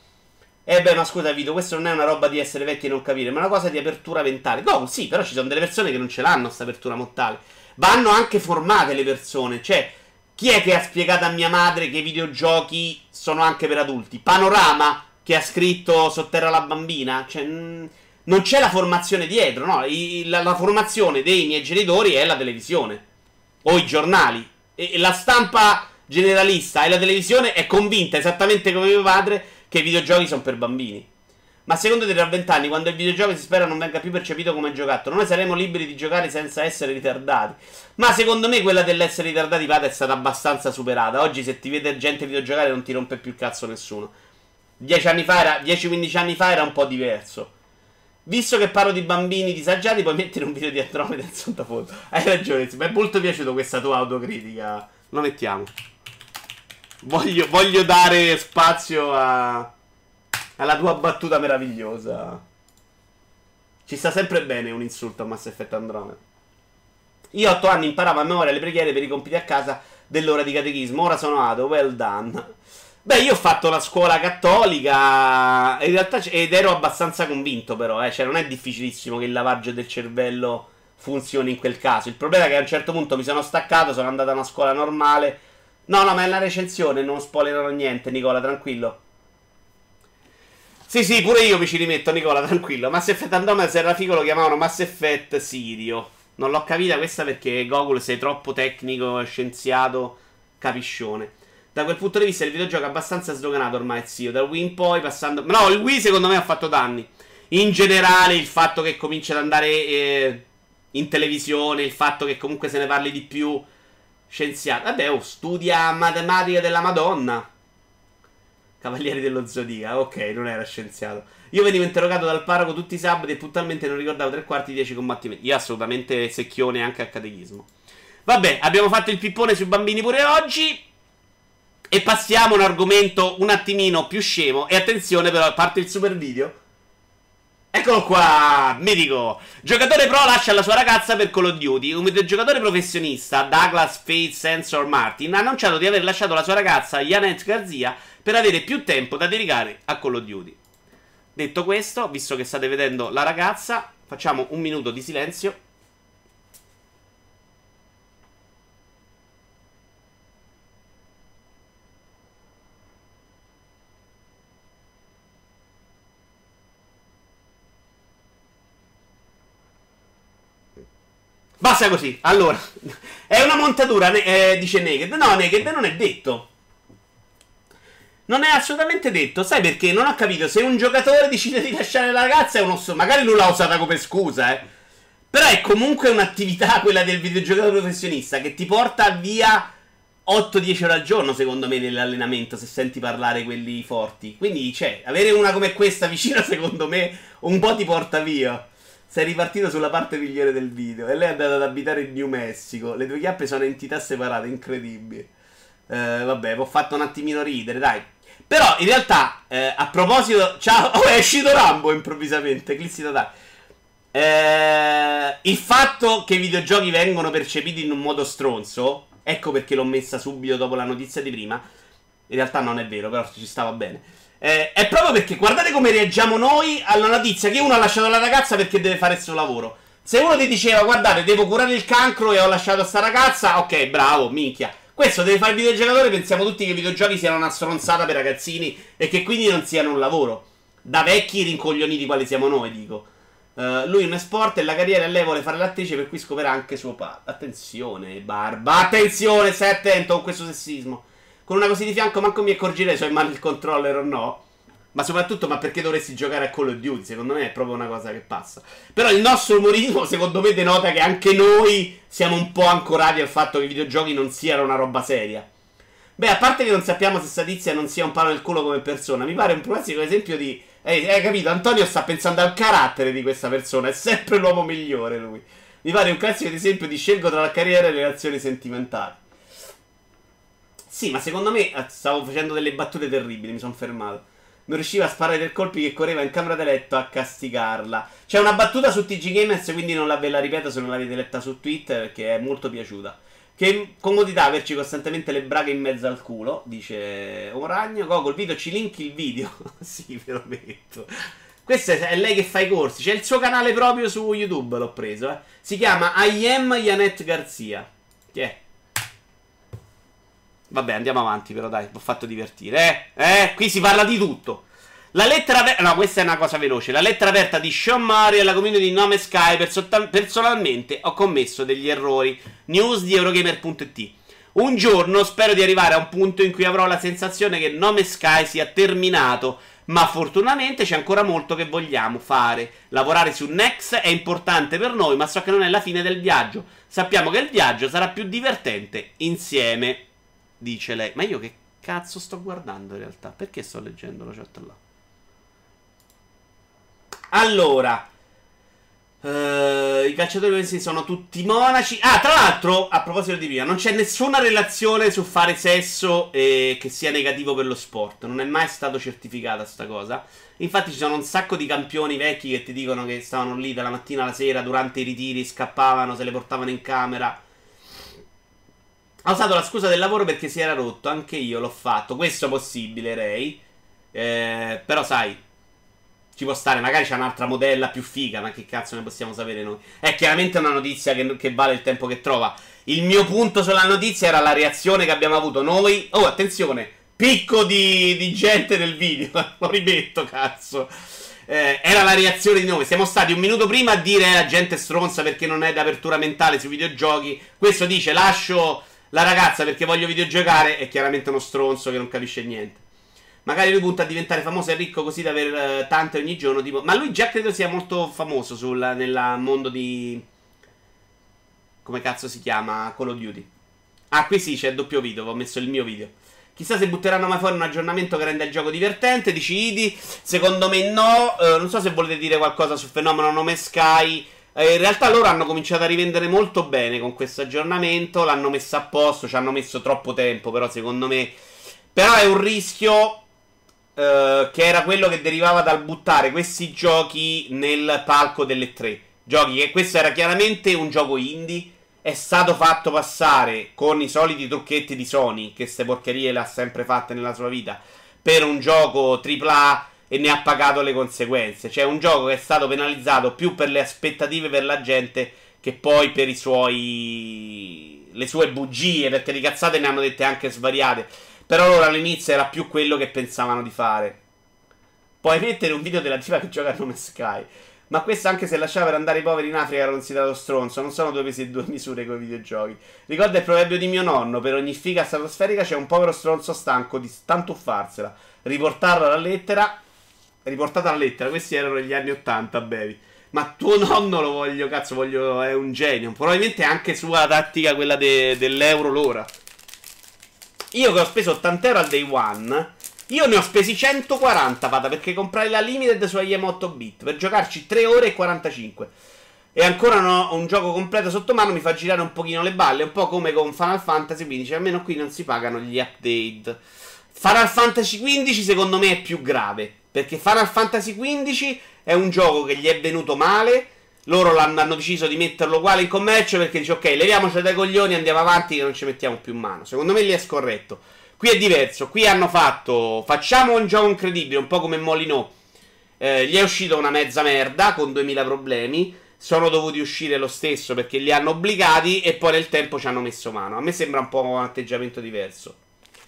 Eh beh, ma scusa Vito, questo non è una roba di essere vecchi e non capire, ma è una cosa di apertura mentale. No, sì, però ci sono delle persone che non ce l'hanno sta apertura mentale. Vanno anche formate le persone. Cioè, chi è che ha spiegato a mia madre che i videogiochi sono anche per adulti? Panorama, che ha scritto Sotterra la bambina? Cioè, mh, non c'è la formazione dietro, no? I, la, la formazione dei miei genitori è la televisione o i giornali, e, e la stampa generalista e la televisione è convinta, esattamente come mio padre, che i videogiochi sono per bambini. Ma secondo te tra vent'anni, quando il videogioco si spera non venga più percepito come giocattolo, noi saremo liberi di giocare senza essere ritardati? Ma secondo me quella dell'essere ritardati, padre, è stata abbastanza superata. Oggi se ti vede gente videogiocare non ti rompe più il cazzo nessuno. dieci anni fa era, dieci quindici anni fa era un po' diverso. Visto che parlo di bambini disagiati, puoi mettere un video di Andromeda in sottofondo. Hai ragione, mi è molto piaciuta questa tua autocritica, Lo mettiamo. Voglio, voglio dare spazio a, alla tua battuta meravigliosa. Ci sta sempre bene un insulto a Mass Effect Andromeda. Io a otto anni imparavo a memoria le preghiere per i compiti a casa dell'ora di catechismo. Ora sono ato, well done. Beh, io ho fatto la scuola cattolica in realtà, ed ero abbastanza convinto però, eh. Cioè non è difficilissimo che il lavaggio del cervello funzioni in quel caso. Il problema è che a un certo punto mi sono staccato, sono andato a una scuola normale. No, no, ma è una recensione, non spoilerò niente, Nicola, tranquillo. Sì, sì, pure io mi ci rimetto, Nicola, tranquillo. Mass Effect Andromeda, se era figo lo chiamavano Mass Effect Sirio. Non l'ho capita questa perché Gogol sei troppo tecnico, scienziato, capiscione. Da quel punto di vista il videogioco è abbastanza sdoganato ormai, zio. Dal Wii in poi, passando... No, il Wii secondo me ha fatto danni. In generale, il fatto che comincia ad andare eh, in televisione, il fatto che comunque se ne parli di più... Scienziato. Vabbè, oh, studia matematica della Madonna. Cavalieri dello Zodiaco. Ok, non era scienziato. Io venivo interrogato dal parroco tutti i sabati e puntualmente non ricordavo tre quarti di dieci combattimenti. Io assolutamente secchione anche al catechismo. Vabbè, abbiamo fatto il pippone sui bambini pure oggi. E passiamo a un argomento un attimino più scemo. E attenzione però, parte il super video. Eccolo qua, mitico. Giocatore pro lascia la sua ragazza per Call of Duty. Un videogiocatore professionista, Douglas Faith Sensor Martin, ha annunciato di aver lasciato la sua ragazza, Janet Garzia, per avere più tempo da dedicare a Call of Duty. Detto questo, visto che state vedendo la ragazza, facciamo un minuto di silenzio. Basta così. Allora, è una montatura, eh, dice Naked. No, Naked non è detto. Non è assolutamente detto. Sai perché? Non ho capito. Se un giocatore decide di lasciare la ragazza è uno... Magari lui l'ha usata come scusa, eh. Però è comunque un'attività, quella del videogiocatore professionista, che ti porta via otto dieci ore al giorno, secondo me, nell'allenamento, se senti parlare quelli forti. Quindi, cioè, avere una come questa vicina, secondo me, un po' ti porta via. Sei ripartito sulla parte migliore del video. E lei è andata ad abitare in New Mexico. Le due chiappe sono entità separate, incredibili. Eh, vabbè, ho fatto un attimino ridere, dai. Però, in realtà, eh, a proposito... Ciao, oh, è uscito Rambo improvvisamente, Clissi totale. Eh, il fatto che i videogiochi vengono percepiti in un modo stronzo, ecco perché l'ho messa subito dopo la notizia di prima. In realtà non è vero, però ci stava bene. Eh, è proprio perché guardate come reagiamo noi alla notizia che uno ha lasciato la ragazza perché deve fare il suo lavoro. Se uno ti diceva guardate devo curare il cancro e ho lasciato sta ragazza, ok, bravo, minchia. Questo deve fare il videogiocatore, pensiamo tutti che i videogiochi siano una stronzata per ragazzini e che quindi non siano un lavoro. Da vecchi rincoglioniti quali siamo noi, dico. Uh, lui non è sport e la carriera e lei vuole fare l'attrice, per cui scoperà anche suo padre. Attenzione, Barba, attenzione, stai attento con questo sessismo. Con una così di fianco manco mi accorgerei se ho in mano il controller o no. Ma soprattutto, ma perché dovresti giocare a Call of Duty? Secondo me è proprio una cosa che passa. Però il nostro umorismo, secondo me, denota che anche noi siamo un po' ancorati al fatto che i videogiochi non siano una roba seria. Beh, a parte che non sappiamo se sta tizia non sia un palo nel culo come persona, mi pare un classico esempio di... Eh, hai capito? Antonio sta pensando al carattere di questa persona, è sempre l'uomo migliore lui. Mi pare un classico esempio di scelgo tra la carriera e le relazioni sentimentali. Sì, ma secondo me stavo facendo delle battute terribili, mi sono fermato. Non riusciva a sparare tre colpi che correva in camera da letto a castigarla. C'è una battuta su T G Gamers, quindi non la ve la ripeto se non l'avete letta su Twitter, perché è molto piaciuta. Che comodità averci costantemente le braghe in mezzo al culo, dice un ragno. Gogo, il video, ci linki il video. Sì, ve lo metto. Questa è lei che fa i corsi. C'è il suo canale proprio su YouTube, l'ho preso, eh. Si chiama I am Janet Garzia. Chi è? Vabbè, andiamo avanti però, dai, ho fatto divertire. Eh, eh, qui si parla di tutto. La lettera aperta... No, questa è una cosa veloce. La lettera aperta di Sean Murray alla community di Nome Sky. Perso- personalmente ho commesso degli errori. News di Eurogamer punto it. Un giorno spero di arrivare a un punto in cui avrò la sensazione che Nome Sky sia terminato. Ma fortunatamente c'è ancora molto che vogliamo fare. Lavorare su Next è importante per noi, ma so che non è la fine del viaggio. Sappiamo che il viaggio sarà più divertente insieme, dice lei. Ma io che cazzo sto guardando in realtà? Perché sto leggendo la chat là? Allora, uh, Uh, I calciatori questi sono tutti monaci. Ah, tra l'altro, a proposito di prima, non c'è nessuna relazione su fare sesso e che sia negativo per lo sport. Non è mai stato certificata sta cosa. Infatti ci sono un sacco di campioni vecchi che ti dicono che stavano lì dalla mattina alla sera durante i ritiri, scappavano, se le portavano in camera. Ha usato la scusa del lavoro perché si era rotto. Anche io l'ho fatto. Questo è possibile, Ray. Eh, però sai, ci può stare, magari c'è un'altra modella più figa, ma che cazzo ne possiamo sapere noi? È chiaramente una notizia che, che vale il tempo che trova. Il mio punto sulla notizia era la reazione che abbiamo avuto noi. Oh, attenzione, picco di, di gente nel video. Lo rimetto, cazzo. Eh, era la reazione di noi. Siamo stati un minuto prima a dire eh, la gente stronza perché non è d'apertura mentale sui videogiochi. Questo dice lascio la ragazza perché voglio videogiocare. È chiaramente uno stronzo che non capisce niente. Magari lui punta a diventare famoso e ricco così da aver uh, tante ogni giorno. Tipo... Ma lui già credo sia molto famoso sul, nel mondo di... Come cazzo si chiama? Call of Duty. Ah, qui sì, c'è il doppio video. Ho messo il mio video. Chissà se butteranno mai fuori un aggiornamento che renda il gioco divertente. Dici Idi. Secondo me no. uh, Non so se volete dire qualcosa sul fenomeno Nome Sky. uh, In realtà loro hanno cominciato a rivendere molto bene con questo aggiornamento. L'hanno messo a posto. Ci hanno messo troppo tempo. Però secondo me... Però è un rischio... Uh, che era quello che derivava dal buttare questi giochi nel palco delle tre. Giochi che questo era chiaramente un gioco indie. È stato fatto passare con i soliti trucchetti di Sony, che ste porcherie le ha sempre fatte nella sua vita, per un gioco tripla A e ne ha pagato le conseguenze. Cioè un gioco che è stato penalizzato più per le aspettative per la gente che poi per i suoi... le sue bugie, perché di cazzate ne hanno dette anche svariate. Però loro all'inizio era più quello che pensavano di fare. Puoi mettere un video della tipa che gioca a Nome Sky. Ma questo anche se lasciava per andare i poveri in Africa era considerato stronzo. Non sono due pesi e due misure con i videogiochi. Ricorda il proverbio di mio nonno: per ogni figa stratosferica c'è un povero stronzo stanco di stantuffarsela. Riportarla alla lettera. Riportata alla lettera. Questi erano gli anni ottanta, baby. Ma tuo nonno lo voglio, cazzo, voglio. È un genio. Probabilmente anche sua tattica, quella de, dell'euro l'ora. Io che ho speso ottanta euro al day one, io ne ho spesi centoquaranta, vada, perché comprai la limited su I M otto bit per giocarci tre ore e quarantacinque. E ancora non ho un gioco completo sotto mano, mi fa girare un pochino le balle, un po' come con Final Fantasy quindici, almeno qui non si pagano gli update. Final Fantasy quindici secondo me è più grave, perché Final Fantasy quindici è un gioco che gli è venuto male. Loro hanno deciso di metterlo uguale in commercio perché dice ok, leviamoci dai coglioni e andiamo avanti che non ci mettiamo più in mano. Secondo me lì è scorretto. Qui è diverso, qui hanno fatto facciamo un gioco incredibile, un po' come Molyneux. eh, Gli è uscito una mezza merda con duemila problemi. Sono dovuti uscire lo stesso perché li hanno obbligati e poi nel tempo ci hanno messo mano. A me sembra un po' un atteggiamento diverso.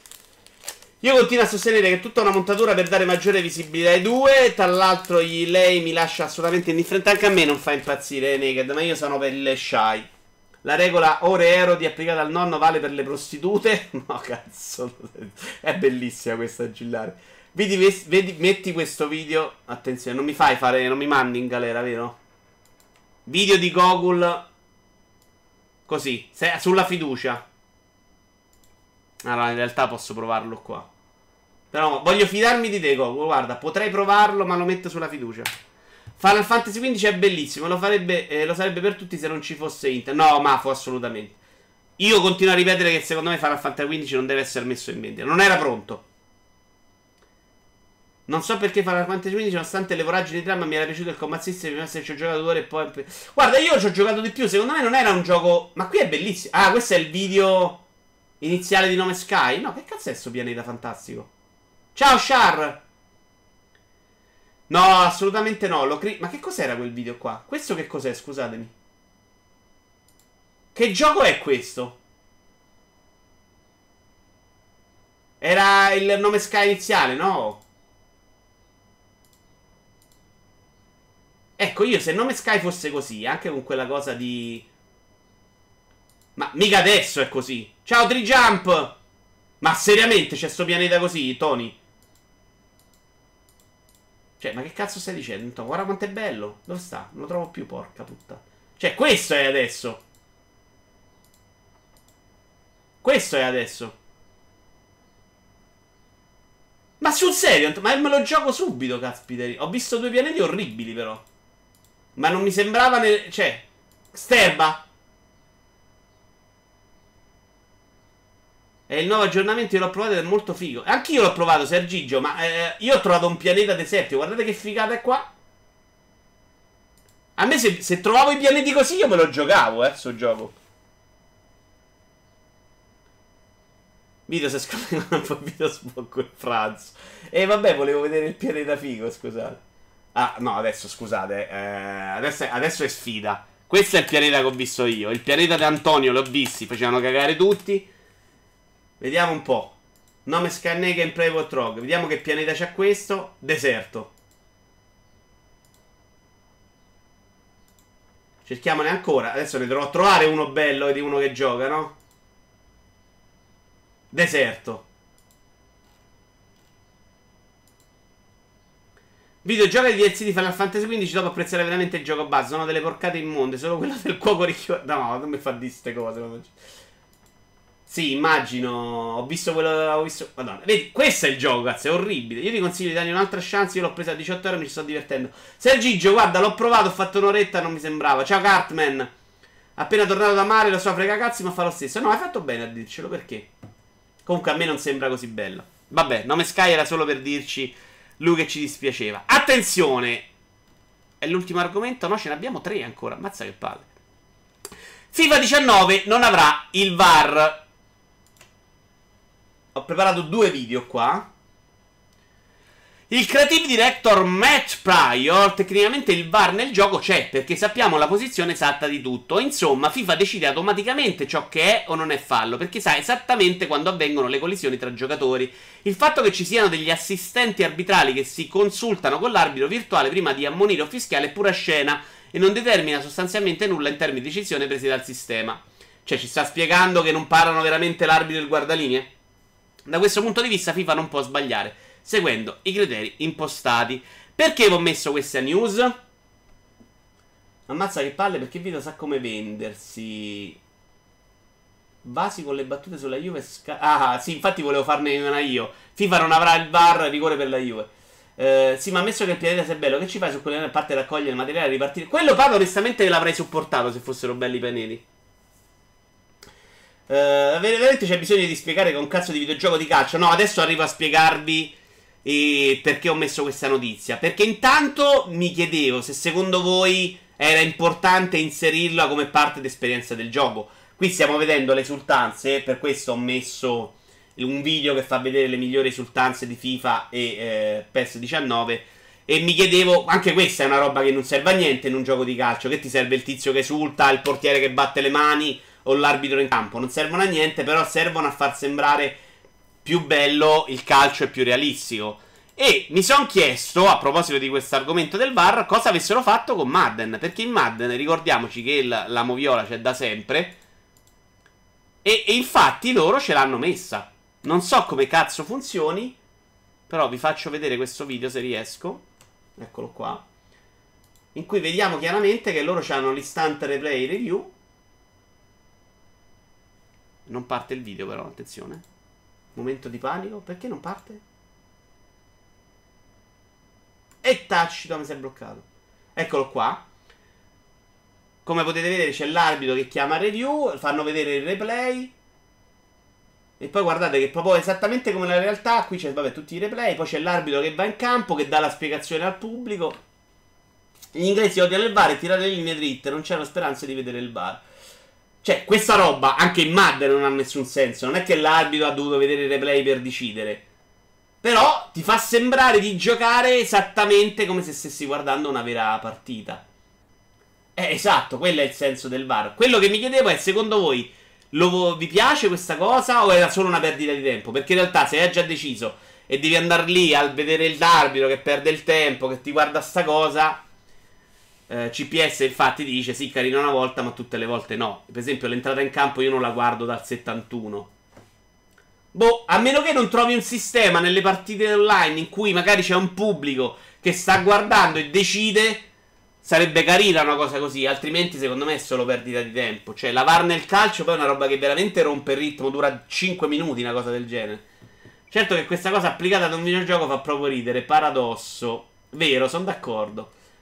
Io continuo a sostenere che è tutta una montatura per dare maggiore visibilità ai due. Tra l'altro lei mi lascia assolutamente indifferente. Anche a me non fa impazzire Naked, ma io sono per le shy. La regola ore euro di applicata al nonno vale per le prostitute? No, cazzo. È bellissima questa Gillare. Vedi, vedi, metti questo video. Attenzione, non mi fai fare, non mi mandi in galera, vero? Video di Google. Così, sulla fiducia. Allora, in realtà posso provarlo qua. Però voglio fidarmi di te, Goku. Guarda, potrei provarlo, ma lo metto sulla fiducia. Final Fantasy quindici è bellissimo. Lo farebbe, eh, lo sarebbe per tutti se non ci fosse Internet. No, Mafo, assolutamente. Io continuo a ripetere che secondo me Final Fantasy quindici non deve essere messo in vendita. Non era pronto. Non so perché Final Fantasy quindici, nonostante le voragini di trama, mi era piaciuto il combat system. Mi ci ho giocato due ore e poi... Guarda, io ci ho giocato di più. Secondo me non era un gioco... Ma qui è bellissimo. Ah, questo è il video... iniziale di Nome Sky? No, che cazzo è sto pianeta fantastico? Ciao, Char! No, assolutamente no. Lo cri- Ma che cos'era quel video qua? Questo che cos'è, scusatemi? Che gioco è questo? Era il Nome Sky iniziale, no? Ecco, io se Nome Sky fosse così, anche con quella cosa di... Ma mica adesso è così. Ciao Trijump. Ma seriamente c'è sto pianeta così, Tony? Cioè, ma che cazzo stai dicendo? Guarda quanto è bello. Dove sta? Non lo trovo più, porca puttana. Cioè, questo è adesso. Questo è adesso. Ma sul serio? Ma me lo gioco subito, caspita. Ho visto due pianeti orribili, però. Ma non mi sembrava... Ne... Cioè... Sterba. È il nuovo aggiornamento, io l'ho provato ed è molto figo. Anch'io l'ho provato, Sergigio, ma eh, io ho trovato un pianeta desertico. Guardate che figata è qua. A me se, se trovavo i pianeti così io me lo giocavo, eh, sto gioco. Video se scoprono un po' video sbocco il Franz. E vabbè, volevo vedere il pianeta figo, scusate. Ah, no, adesso scusate. Eh, adesso, è, adesso è sfida. Questo è il pianeta che ho visto io. Il pianeta di Antonio l'ho visti, facevano cagare tutti. Vediamo un po'. Nome Skynet Gameplay Rogue. Vediamo che pianeta c'ha questo. Deserto. Cerchiamone ancora. Adesso ne dovrò trovare uno bello di uno che gioca, no? Deserto. Videogiochi di D L C di Final Fantasy quindici dopo apprezzare veramente il gioco base. Sono delle porcate immonde. Solo quello del cuoco ricchio. No, non mi fa di ste cose. Sì, immagino. Ho visto quello. Ho visto. Madonna. Vedi, questo è il gioco, cazzo. È orribile. Io ti consiglio di dargli un'altra chance. Io l'ho presa a diciotto ore e mi ci sto divertendo. Sergigio, guarda, l'ho provato. Ho fatto un'oretta. Non mi sembrava. Ciao, Cartman. Appena tornato da mare, la sua frega cazzi, ma fa lo stesso. No, hai fatto bene a dircelo. Perché? Comunque, a me non sembra così bello. Vabbè, nome Sky era solo per dirci lui che ci dispiaceva. Attenzione. È l'ultimo argomento? No, ce ne abbiamo tre ancora. Mazza che palle. FIFA diciannove non avrà il V A R. Ho preparato due video qua. Il Creative Director Matt Pryor. Tecnicamente il V A R nel gioco c'è, perché sappiamo la posizione esatta di tutto. Insomma, FIFA decide automaticamente ciò che è o non è fallo, perché sa esattamente quando avvengono le collisioni tra giocatori. Il fatto che ci siano degli assistenti arbitrali che si consultano con l'arbitro virtuale prima di ammonire o fischiare è pura scena e non determina sostanzialmente nulla in termini di decisione presi dal sistema. Cioè, ci sta spiegando che non parlano veramente l'arbitro e il guardalinee? Da questo punto di vista FIFA non può sbagliare, seguendo i criteri impostati. Perché vi ho messo questa news? Ammazza che palle, perché il video sa come vendersi. Vasi con le battute sulla Juve. Ah, sì, infatti volevo farne una io. FIFA non avrà il V A R, rigore per la Juve. Eh, sì, ma ammesso che il pianeta sia bello, che ci fai su quelle a parte raccogliere il materiale e ripartire? Quello Paolo onestamente l'avrei supportato se fossero belli i pianeti. Uh, veramente c'è bisogno di spiegare che è un cazzo di videogioco di calcio. No, adesso arrivo a spiegarvi eh, perché ho messo questa notizia. Perché intanto mi chiedevo se secondo voi era importante inserirla come parte d'esperienza del gioco. Qui stiamo vedendo le esultanze, per questo ho messo un video che fa vedere le migliori esultanze di FIFA e eh, PES diciannove. E mi chiedevo, anche questa è una roba che non serve a niente in un gioco di calcio. Che ti serve il tizio che esulta, il portiere che batte le mani o l'arbitro in campo? Non servono a niente, però servono a far sembrare più bello il calcio e più realistico. E mi sono chiesto, a proposito di questo argomento del V A R, cosa avessero fatto con Madden. Perché in Madden, ricordiamoci che la, la moviola c'è da sempre, e, e infatti loro ce l'hanno messa. Non so come cazzo funzioni, però vi faccio vedere questo video se riesco. Eccolo qua, in cui vediamo chiaramente che loro hanno l'instant replay review. Non parte il video però, attenzione. Momento di panico. Perché non parte? E touchdown, mi si è bloccato. Eccolo qua. Come potete vedere c'è l'arbitro che chiama review, fanno vedere il replay. E poi guardate che proprio esattamente come nella realtà, qui c'è vabbè tutti i replay, poi c'è l'arbitro che va in campo, che dà la spiegazione al pubblico. Gli inglesi odiano il V A R e tirare le linee dritte, non c'era speranza di vedere il V A R. Cioè, questa roba anche in Madden non ha nessun senso. Non è che l'arbitro ha dovuto vedere il replay per decidere. Però ti fa sembrare di giocare esattamente come se stessi guardando una vera partita. Eh, esatto, quello è il senso del V A R. Quello che mi chiedevo è, secondo voi, lo, vi piace questa cosa o era solo una perdita di tempo? Perché in realtà se hai già deciso e devi andare lì a vedere l'arbitro che perde il tempo, che ti guarda sta cosa... Uh, C P S infatti dice sì, carino una volta ma tutte le volte no. Per esempio l'entrata in campo io non la guardo dal settantuno. Boh, a meno che non trovi un sistema nelle partite online in cui magari c'è un pubblico che sta guardando e decide, sarebbe carina una cosa così. Altrimenti secondo me è solo perdita di tempo. Cioè la V A R nel calcio poi è una roba che veramente rompe il ritmo, dura cinque minuti, una cosa del genere. Certo che questa cosa applicata ad un videogioco fa proprio ridere, paradosso. Vero, sono d'accordo.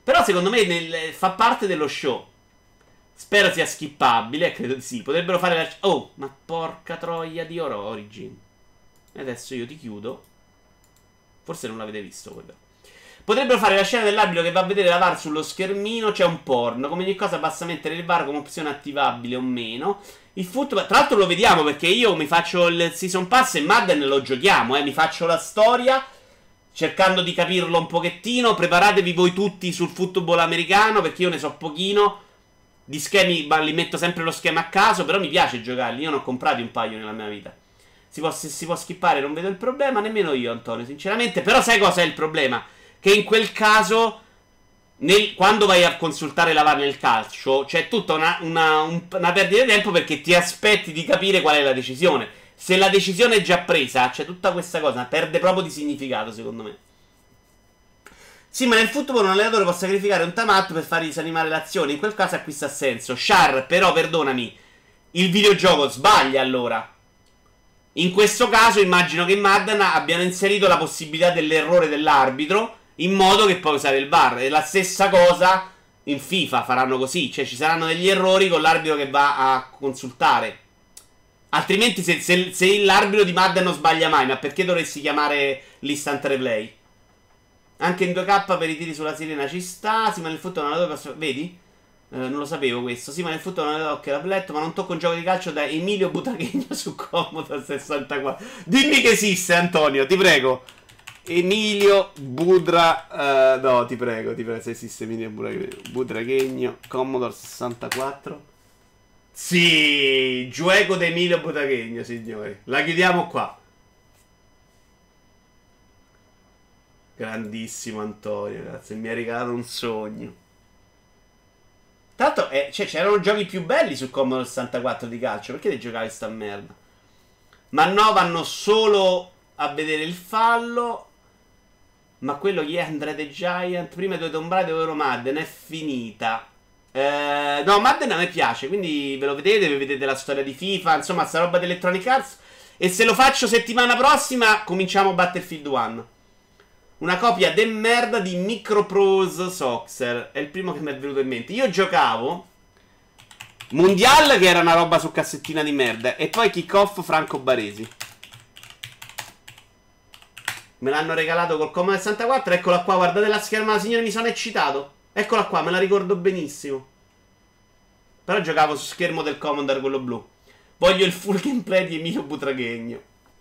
Però secondo me nel, fa parte dello show. Spero sia skippabile, credo di sì. Potrebbero fare la... Oh, ma porca troia di Origin. E adesso io ti chiudo. Forse non l'avete visto quello. Potrebbero fare la scena dell'abito che va a vedere la V A R sullo schermino. C'è un porno. Come ogni cosa basta mettere il V A R come opzione attivabile o meno. Il football, tra l'altro lo vediamo perché io mi faccio il Season Pass e Madden lo giochiamo, eh. Mi faccio la storia cercando di capirlo un pochettino. Preparatevi voi tutti sul football americano perché io ne so pochino. Di schemi, li metto sempre lo schema a caso, però mi piace giocarli. Io ne ho comprati un paio nella mia vita. Si può, se si può skippare non vedo il problema, nemmeno io Antonio sinceramente. Però sai cosa è il problema? Che in quel caso nel, quando vai a consultare la V A R nel calcio c'è tutta una, una, un, una perdita di tempo perché ti aspetti di capire qual è la decisione. Se la decisione è già presa, c'è tutta questa cosa, perde proprio di significato secondo me. Sì, ma nel football un allenatore può sacrificare un timeout per far disanimare l'azione. In quel caso acquista senso. Char, però, perdonami, il videogioco sbaglia allora. In questo caso immagino che in Madden abbiano inserito la possibilità dell'errore dell'arbitro in modo che puoi usare il V A R. E la stessa cosa in FIFA faranno così. Cioè ci saranno degli errori con l'arbitro che va a consultare. Altrimenti se, se, se l'arbitro di Madden non sbaglia mai, ma perché dovresti chiamare l'instant replay? Anche in due K per i tiri sulla sirena ci sta. Sì, ma nel football non la posso... Vedi? Eh, non lo sapevo questo. Sì, ma nel football non la tocca l'abletto. Ma non tocco un gioco di calcio da Emilio Butachegno su Commodore sessantaquattro. Dimmi che esiste, Antonio, ti prego. Emilio Budra... Uh, no, ti prego, ti prego, se esiste Emilio Butachegno Commodore sessantaquattro. Sì, gioco di Emilio Butachegno, signori. La chiudiamo qua. Grandissimo Antonio, grazie, mi ha regalato un sogno. Tanto eh, cioè, c'erano giochi più belli su Commodore sessantaquattro di calcio. Perché devi giocare sta merda? Ma no, vanno solo a vedere il fallo. Ma quello chi è? Andre the Giant. Prima due Tomb Raider Euro Madden. È finita. eh, No, Madden a me piace, quindi ve lo vedete, vi vedete la storia di FIFA. Insomma, sta roba di Electronic Arts. E se lo faccio settimana prossima cominciamo Battlefield uno. Una copia de merda di Microprose Soccer. È il primo che mi è venuto in mente. Io giocavo Mundial, che era una roba su cassettina di merda. E poi Kick-Off Franco Baresi. Me l'hanno regalato col Commodore sessantaquattro. Eccola qua, guardate la schermata, signore, mi sono eccitato. Eccola qua, me la ricordo benissimo. Però giocavo su schermo del Commodore, quello blu. Voglio il full gameplay di Emilio Butrachegno.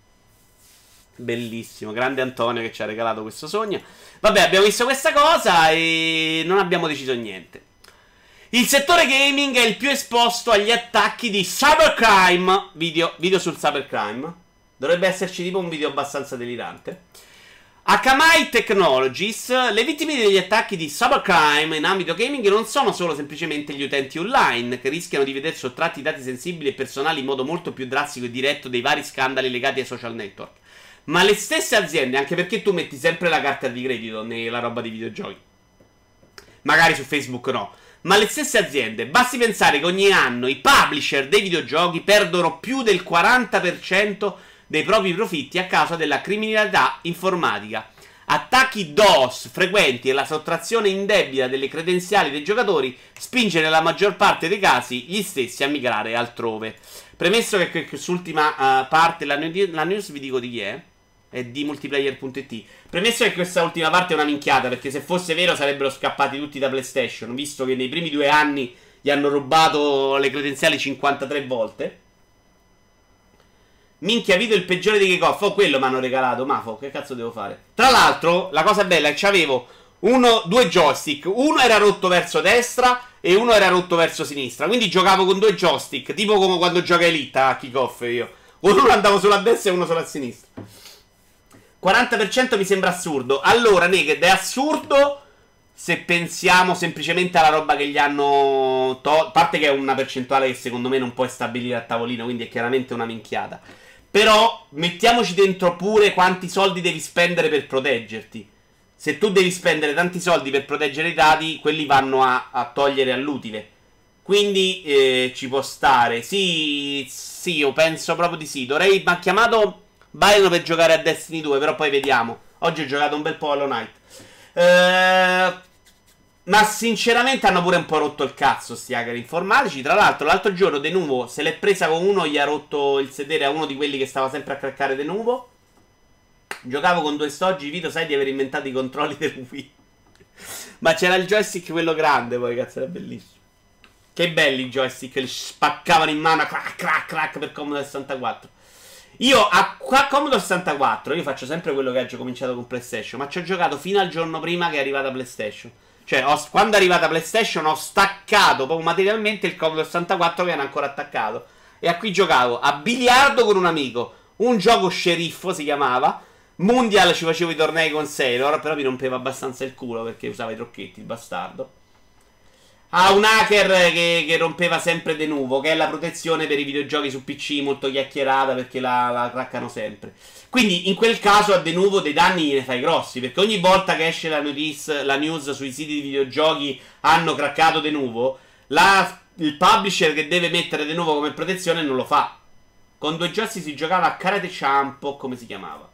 Bellissimo, grande Antonio che ci ha regalato questo sogno. Vabbè, abbiamo visto questa cosa e non abbiamo deciso niente. Il settore gaming è il più esposto agli attacchi di cybercrime. Video, video sul cybercrime. Dovrebbe esserci tipo un video abbastanza delirante. Akamai Technologies. Le vittime degli attacchi di cybercrime in ambito gaming non sono solo semplicemente gli utenti online, che rischiano di veder sottratti dati sensibili e personali in modo molto più drastico e diretto dei vari scandali legati ai social network, ma le stesse aziende, anche perché tu metti sempre la carta di credito nella roba di videogiochi. Magari su Facebook no. Ma le stesse aziende, basti pensare che ogni anno i publisher dei videogiochi perdono più del quaranta per cento dei propri profitti a causa della criminalità informatica. Attacchi DOS frequenti e la sottrazione indebita delle credenziali dei giocatori spinge nella maggior parte dei casi gli stessi a migrare altrove. Premesso che quest'ultima uh, parte, la, la news vi dico di chi è, è di multiplayer punto it. Premesso che questa ultima parte è una minchiata, perché se fosse vero sarebbero scappati tutti da PlayStation, visto che nei primi due anni gli hanno rubato le credenziali cinquantatré volte. Minchia, video il peggiore di Kickoff. Oh, quello mi hanno regalato. Mafo, che cazzo devo fare? Tra l'altro, la cosa bella è che c'avevo uno, due joystick. Uno era rotto verso destra e uno era rotto verso sinistra. Quindi giocavo con due joystick, tipo come quando gioca Elite a Kickoff io. Uno andavo sulla destra e uno sulla sinistra. quaranta per cento mi sembra assurdo. Allora, Naked, è assurdo se pensiamo semplicemente alla roba che gli hanno tolto. A parte che è una percentuale che secondo me non puoi stabilire a tavolino, quindi è chiaramente una minchiata. Però mettiamoci dentro pure quanti soldi devi spendere per proteggerti. Se tu devi spendere tanti soldi per proteggere i dati, quelli vanno a, a togliere all'utile. Quindi eh, ci può stare. Sì, sì, io penso proprio di sì. Dovrei, mi ha chiamato Byron per giocare a Destiny due, però poi vediamo. Oggi ho giocato un bel po' a Hollow Knight. Eh, Ma sinceramente hanno pure un po' rotto il cazzo sti hacker informatici. Tra l'altro l'altro giorno De Nuvo se l'è presa con uno, gli ha rotto il sedere a uno di quelli che stava sempre a craccare De Nuvo. Giocavo con due stoggi, Vito, sai di aver inventato i controlli del Wii. Ma c'era il joystick quello grande poi, cazzo, era bellissimo. Che belli i joystick, li spaccavano in mano, crack, crack, crack per Commodore sessantaquattro. Io a, a Commodore sessantaquattro, io faccio sempre quello che ho cominciato con PlayStation, ma ci ho giocato fino al giorno prima che è arrivata PlayStation. Cioè, ho, quando è arrivata PlayStation ho staccato proprio materialmente il Commodore sessantaquattro che era ancora attaccato. E a qui giocavo a biliardo con un amico, un gioco sceriffo si chiamava, Mundial, ci facevo i tornei con Sailor, però mi rompeva abbastanza il culo perché usava i trucchetti, il bastardo. Ha un hacker che, che rompeva sempre De Nuvo, che è la protezione per i videogiochi su P C, molto chiacchierata perché la, la craccano sempre. Quindi in quel caso a De Nuvo dei danni ne fai grossi, perché ogni volta che esce la notice, la news sui siti di videogiochi hanno craccato De Nuvo, la, il publisher che deve mettere De Nuvo come protezione non lo fa. Con due joystick si giocava a Karate Champ, come si chiamava?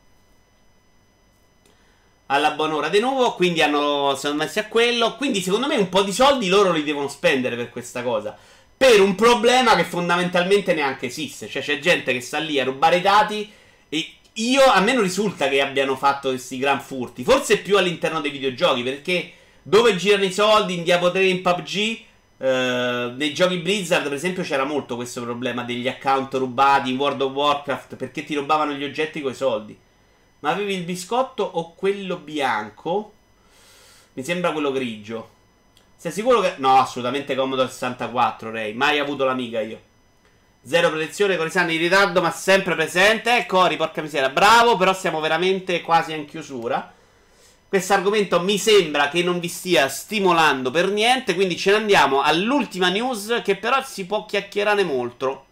Alla buon'ora De Nuvo, quindi hanno, sono messi a quello. Quindi secondo me un po' di soldi loro li devono spendere per questa cosa, per un problema che fondamentalmente neanche esiste. Cioè c'è gente che sta lì a rubare i dati. E io, a me non risulta che abbiano fatto questi gran furti. Forse più all'interno dei videogiochi, perché dove girano i soldi, in Diablo tre, in P U B G, eh, nei giochi Blizzard per esempio c'era molto questo problema degli account rubati in World of Warcraft, perché ti rubavano gli oggetti coi soldi. Ma avevi il biscotto o quello bianco? Mi sembra quello grigio. Sei sicuro che... No, assolutamente Commodore sessantaquattro, Ray. Mai avuto l'amiga io. Zero protezione con i sanni di ritardo, ma sempre presente. Ecco, Ori, porca miseria. Bravo, però siamo veramente quasi in chiusura. Questo argomento mi sembra che non vi stia stimolando per niente, quindi ce ne andiamo all'ultima news, che però si può chiacchierare molto.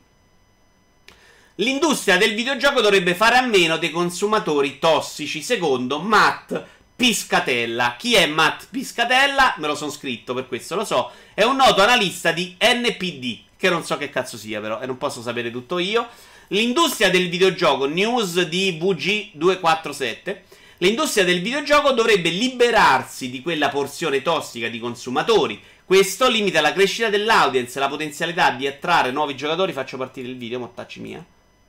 L'industria del videogioco dovrebbe fare a meno dei consumatori tossici, secondo Matt Piscatella. Chi è Matt Piscatella? Me lo sono scritto, per questo lo so. È un noto analista di N P D, che non so che cazzo sia però, e non posso sapere tutto io. L'industria del videogioco, news di V G duecentoquarantasette. L'industria del videogioco dovrebbe liberarsi di quella porzione tossica di consumatori. Questo limita la crescita dell'audience e la potenzialità di attrarre nuovi giocatori. Faccio partire il video, mortacci mia.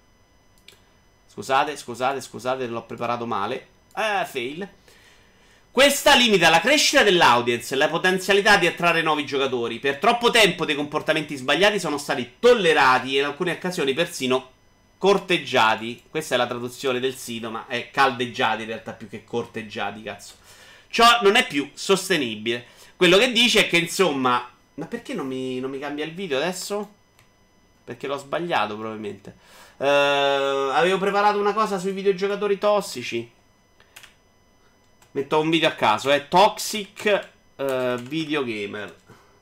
Scusate, scusate, scusate, l'ho preparato male. Eh, fail. Questa limita la crescita dell'audience e la potenzialità di attrarre nuovi giocatori. Per troppo tempo dei comportamenti sbagliati sono stati tollerati e in alcune occasioni persino corteggiati. Questa è la traduzione del sito, ma è caldeggiati in realtà più che corteggiati, cazzo. Ciò non è più sostenibile. Quello che dice è che insomma... Ma perché non mi, non mi cambia il video adesso? Perché l'ho sbagliato probabilmente. uh, Avevo preparato una cosa sui videogiocatori tossici. Metto un video a caso, è eh. Toxic uh, Video Gamer.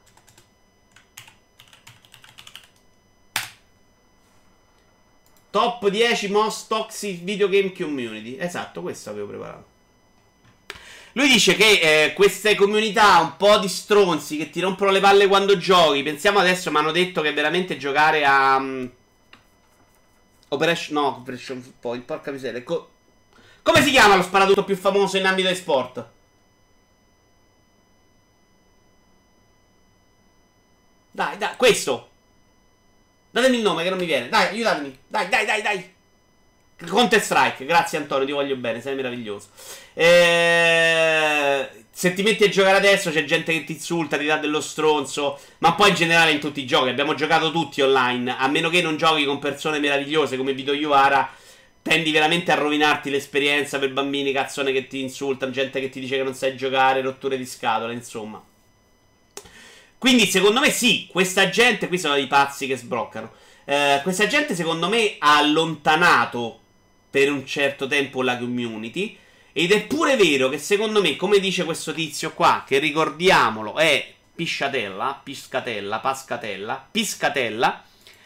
Top dieci most toxic video game community. Esatto, questo avevo preparato. Lui dice che eh, queste comunità un po' di stronzi che ti rompono le palle quando giochi. Pensiamo adesso, mi hanno detto che veramente giocare a um, Operation... No, Operation Point, porca miseria. Co Come si chiama lo sparatutto più famoso in ambito di sport? Dai, dai, questo. Datemi il nome che non mi viene. Dai, aiutatemi. Dai, dai, dai, dai. Counter Strike. Grazie Antonio, ti voglio bene, sei meraviglioso. Eh, se ti metti a giocare adesso c'è gente che ti insulta, ti dà dello stronzo. Ma poi in generale in tutti i giochi. Abbiamo giocato tutti online. A meno che non giochi con persone meravigliose come Vito Iuvara, tendi veramente a rovinarti l'esperienza per bambini, cazzone che ti insultano, gente che ti dice che non sai giocare, rotture di scatole, insomma. Quindi secondo me sì, questa gente, qui sono dei pazzi che sbroccano, eh, questa gente secondo me ha allontanato per un certo tempo la community. Ed è pure vero che secondo me, come dice questo tizio qua, che ricordiamolo è Pisciatella, Piscatella, Pascatella, Piscatella,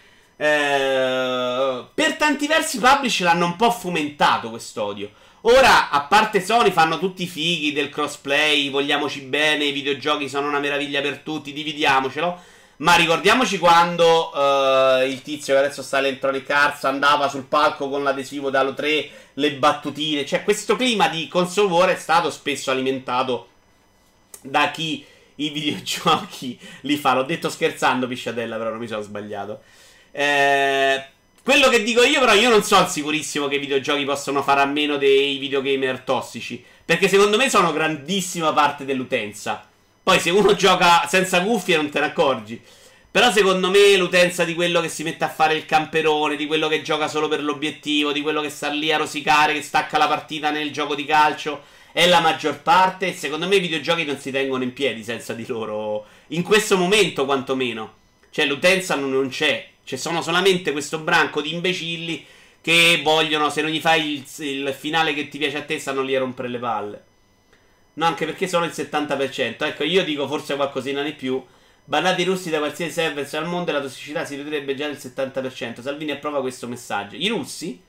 eh, per tanti versi i publisher hanno un po' fomentato quest'odio. Ora, a parte Sony, fanno tutti i fighi del crossplay, vogliamoci bene, i videogiochi sono una meraviglia per tutti, dividiamocelo. Ma ricordiamoci quando uh, il tizio che adesso sta all'Electronic Arts andava sul palco con l'adesivo da Halo tre, le battutine. Cioè, questo clima di console war è stato spesso alimentato da chi i videogiochi li fa. L'ho detto scherzando, Pisciatella, però non mi sono sbagliato. Eh, quello che dico io, però, io non sono sicurissimo che i videogiochi possono fare a meno dei videogamer tossici, perché secondo me sono grandissima parte dell'utenza. Poi se uno gioca senza cuffie non te ne accorgi. Però secondo me l'utenza di quello che si mette a fare il camperone, di quello che gioca solo per l'obiettivo, di quello che sta lì a rosicare, che stacca la partita nel gioco di calcio, è la maggior parte. E secondo me i videogiochi non si tengono in piedi senza di loro, in questo momento quantomeno. Cioè l'utenza non, non c'è. C'è sono solamente questo branco di imbecilli che vogliono, se non gli fai il, il finale che ti piace a te, stanno lì a rompere le palle. No, anche perché sono il settanta per cento. Ecco, io dico forse qualcosina di più. Bannati i russi da qualsiasi server al mondo e la tossicità si ridurrebbe già del settanta per cento. Salvini approva questo messaggio. I russi?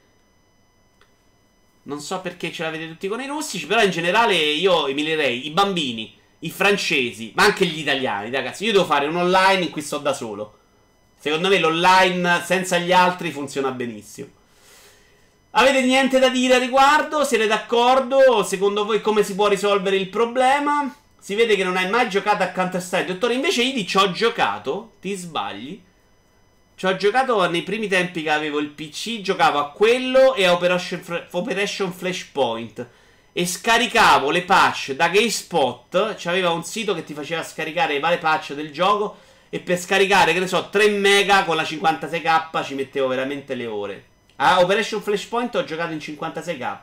Non so perché ce l'avete tutti con i russi, però in generale io emilerei i bambini, i francesi, ma anche gli italiani, ragazzi. Io devo fare un online in cui sto da solo. Secondo me l'online senza gli altri funziona benissimo. Avete niente da dire a riguardo? Siete d'accordo? Secondo voi come si può risolvere il problema? Si vede che non hai mai giocato a Counter-Strike. Dottore, invece io ci ho giocato. Ti sbagli. Ci ho giocato nei primi tempi che avevo il P C. Giocavo a quello e a Operation, Operation Flashpoint. E scaricavo le patch da GameSpot. C'aveva un sito che ti faceva scaricare le varie patch del gioco. E per scaricare, che ne so, tre mega con la cinquantasei K ci mettevo veramente le ore. A Operation Flashpoint ho giocato in cinquantasei K.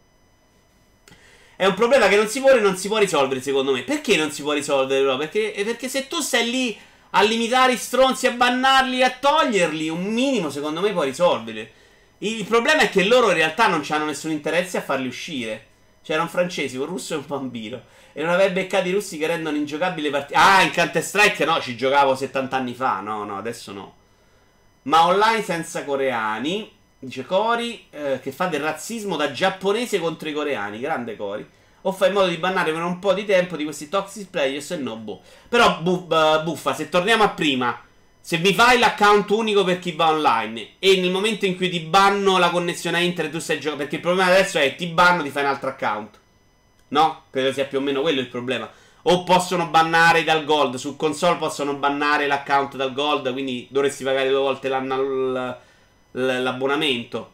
È un problema che non si può e non si può risolvere, secondo me. Perché non si può risolvere, però? Perché, perché se tu stai lì a limitare i stronzi, a bannarli, a toglierli, un minimo, secondo me, puoi risolvere. Il problema è che loro in realtà non hanno nessun interesse a farli uscire. C'era un francese, un russo e un bambino. E non avevi beccato i russi che rendono ingiocabili le partite. Ah, in Counter-Strike no, ci giocavo settanta anni fa. No, no, adesso no. Ma online senza coreani, dice Cori, eh, che fa del razzismo da giapponese contro i coreani. Grande Cori. O fai in modo di bannare per un po' di tempo di questi toxic players, se no, boh. Però, bu buffa, se torniamo a prima, se mi fai l'account unico per chi va online e nel momento in cui ti banno la connessione a internet tu stai giocando, perché il problema adesso è ti banno, ti fai un altro account. No? Credo sia più o meno quello il problema. O possono bannare dal gold. Su console possono bannare l'account dal gold, quindi dovresti pagare due volte l'abbonamento.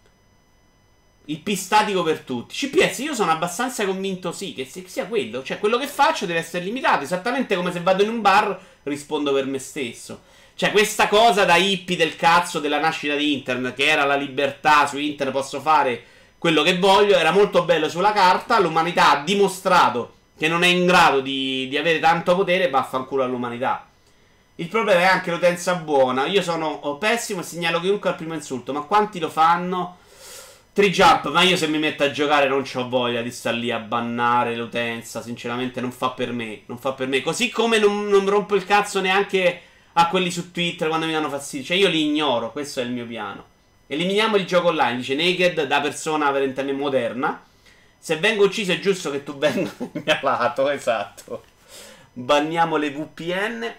Il P statico per tutti. C P S io sono abbastanza convinto sì che sia quello. Cioè quello che faccio deve essere limitato. Esattamente come se vado in un bar rispondo per me stesso. Cioè questa cosa da hippie del cazzo della nascita di internet, che era la libertà, su internet posso fare quello che voglio, era molto bello sulla carta. L'umanità ha dimostrato che non è in grado di, di avere tanto potere. Vaffanculo all'umanità. Il problema è anche l'utenza buona. Io sono pessimo e segnalo chiunque al primo insulto. Ma quanti lo fanno? Tri-jump, ma io se mi metto a giocare non c'ho voglia di star lì a bannare l'utenza. Sinceramente non fa per me. Non fa per me. Così come non, non rompo il cazzo neanche a quelli su Twitter quando mi danno fastidio. Cioè io li ignoro. Questo è il mio piano. Eliminiamo il gioco online. Dice Naked, da persona apparentemente moderna. Se vengo ucciso è giusto che tu venga nel mio lato. Esatto. Banniamo le V P N.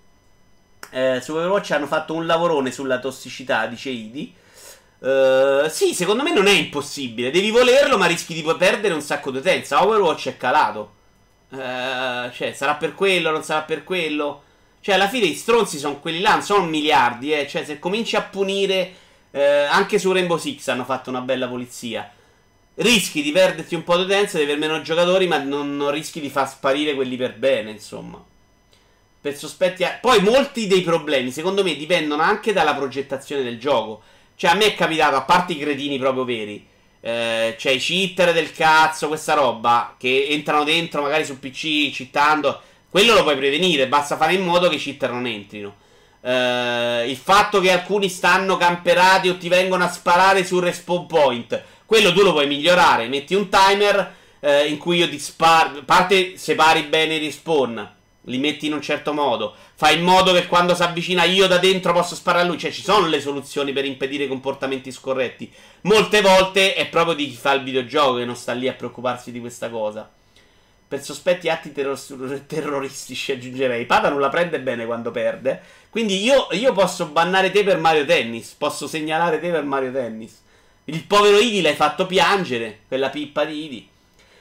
eh, Su Overwatch hanno fatto un lavorone sulla tossicità, dice Idi. Uh, sì, secondo me non è impossibile. Devi volerlo, ma rischi di perdere un sacco di utenza. Overwatch è calato. Uh, cioè, sarà per quello, non sarà per quello. Cioè, alla fine i stronzi sono quelli là, non sono miliardi, eh. Cioè, se cominci a punire, uh, anche su Rainbow Six hanno fatto una bella polizia. Rischi di perderti un po' di utenza, di avere meno giocatori, ma non, non rischi di far sparire quelli per bene, insomma. Per sospetti. A... Poi molti dei problemi, secondo me, dipendono anche dalla progettazione del gioco. Cioè a me è capitato, a parte i cretini proprio veri, eh, cioè i cheater del cazzo, questa roba, che entrano dentro magari su P C cheatando, quello lo puoi prevenire, basta fare in modo che i cheater non entrino. Eh, il fatto che alcuni stanno camperati o ti vengono a sparare sul respawn point, quello tu lo puoi migliorare, metti un timer eh, in cui io ti sparo, a parte separi bene i respawn, li metti in un certo modo, fai in modo che quando si avvicina io da dentro posso sparare a lui. Cioè ci sono le soluzioni per impedire comportamenti scorretti. Molte volte è proprio di chi fa il videogioco che non sta lì a preoccuparsi di questa cosa. Per sospetti atti terror- terroristici aggiungerei. Pada non la prende bene quando perde. Quindi io, io posso bannare te per Mario Tennis. Posso segnalare te per Mario Tennis. Il povero Idi l'hai fatto piangere, quella pippa di Idi.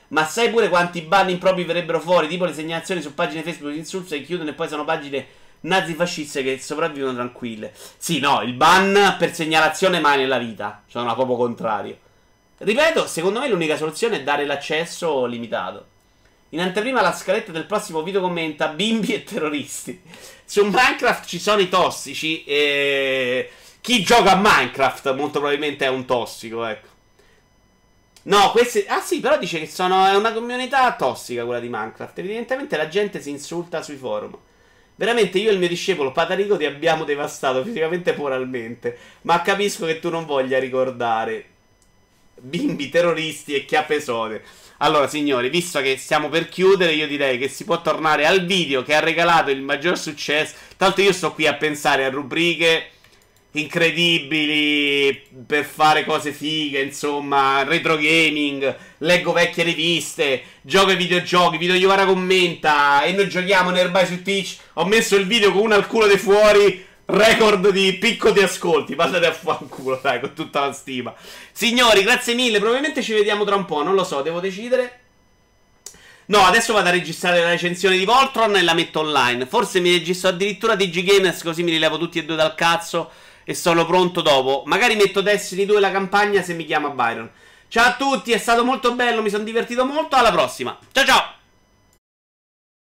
Ma sai pure quanti ban impropri verrebbero fuori? Tipo le segnalazioni su pagine Facebook di insulto che chiudono e poi sono pagine nazifasciste che sopravvivono tranquille. Sì, no, il ban per segnalazione mai nella vita. Sono proprio contrario. Ripeto, secondo me l'unica soluzione è dare l'accesso limitato. In anteprima la scaletta del prossimo video commenta bimbi e terroristi. Su Minecraft ci sono i tossici e... chi gioca a Minecraft molto probabilmente è un tossico, ecco. No, queste... Ah sì, però dice che sono... è una comunità tossica quella di Minecraft. Evidentemente la gente si insulta sui forum. Veramente io e il mio discepolo Patarico ti abbiamo devastato fisicamente e moralmente. Ma capisco che tu non voglia ricordare bimbi, terroristi e chiappesone. Allora signori, visto che stiamo per chiudere, io direi che si può tornare al video che ha regalato il maggior successo. Tanto io sto qui a pensare a rubriche incredibili per fare cose fighe, insomma, retro gaming, leggo vecchie riviste, gioco ai videogiochi, Video Iovara commenta e noi giochiamo nearby su Twitch. Ho messo il video con uno al culo di fuori, record di picco di ascolti. Passate a fanculo, dai, con tutta la stima. Signori, grazie mille, probabilmente ci vediamo tra un po', non lo so, devo decidere. No, adesso vado a registrare la recensione di Voltron e la metto online. Forse mi registro addirittura DigiGamers, così mi rilevo tutti e due dal cazzo e sono pronto dopo. Magari metto Destiny due la campagna se mi chiama Byron. Ciao a tutti, è stato molto bello, mi sono divertito molto. Alla prossima. Ciao ciao.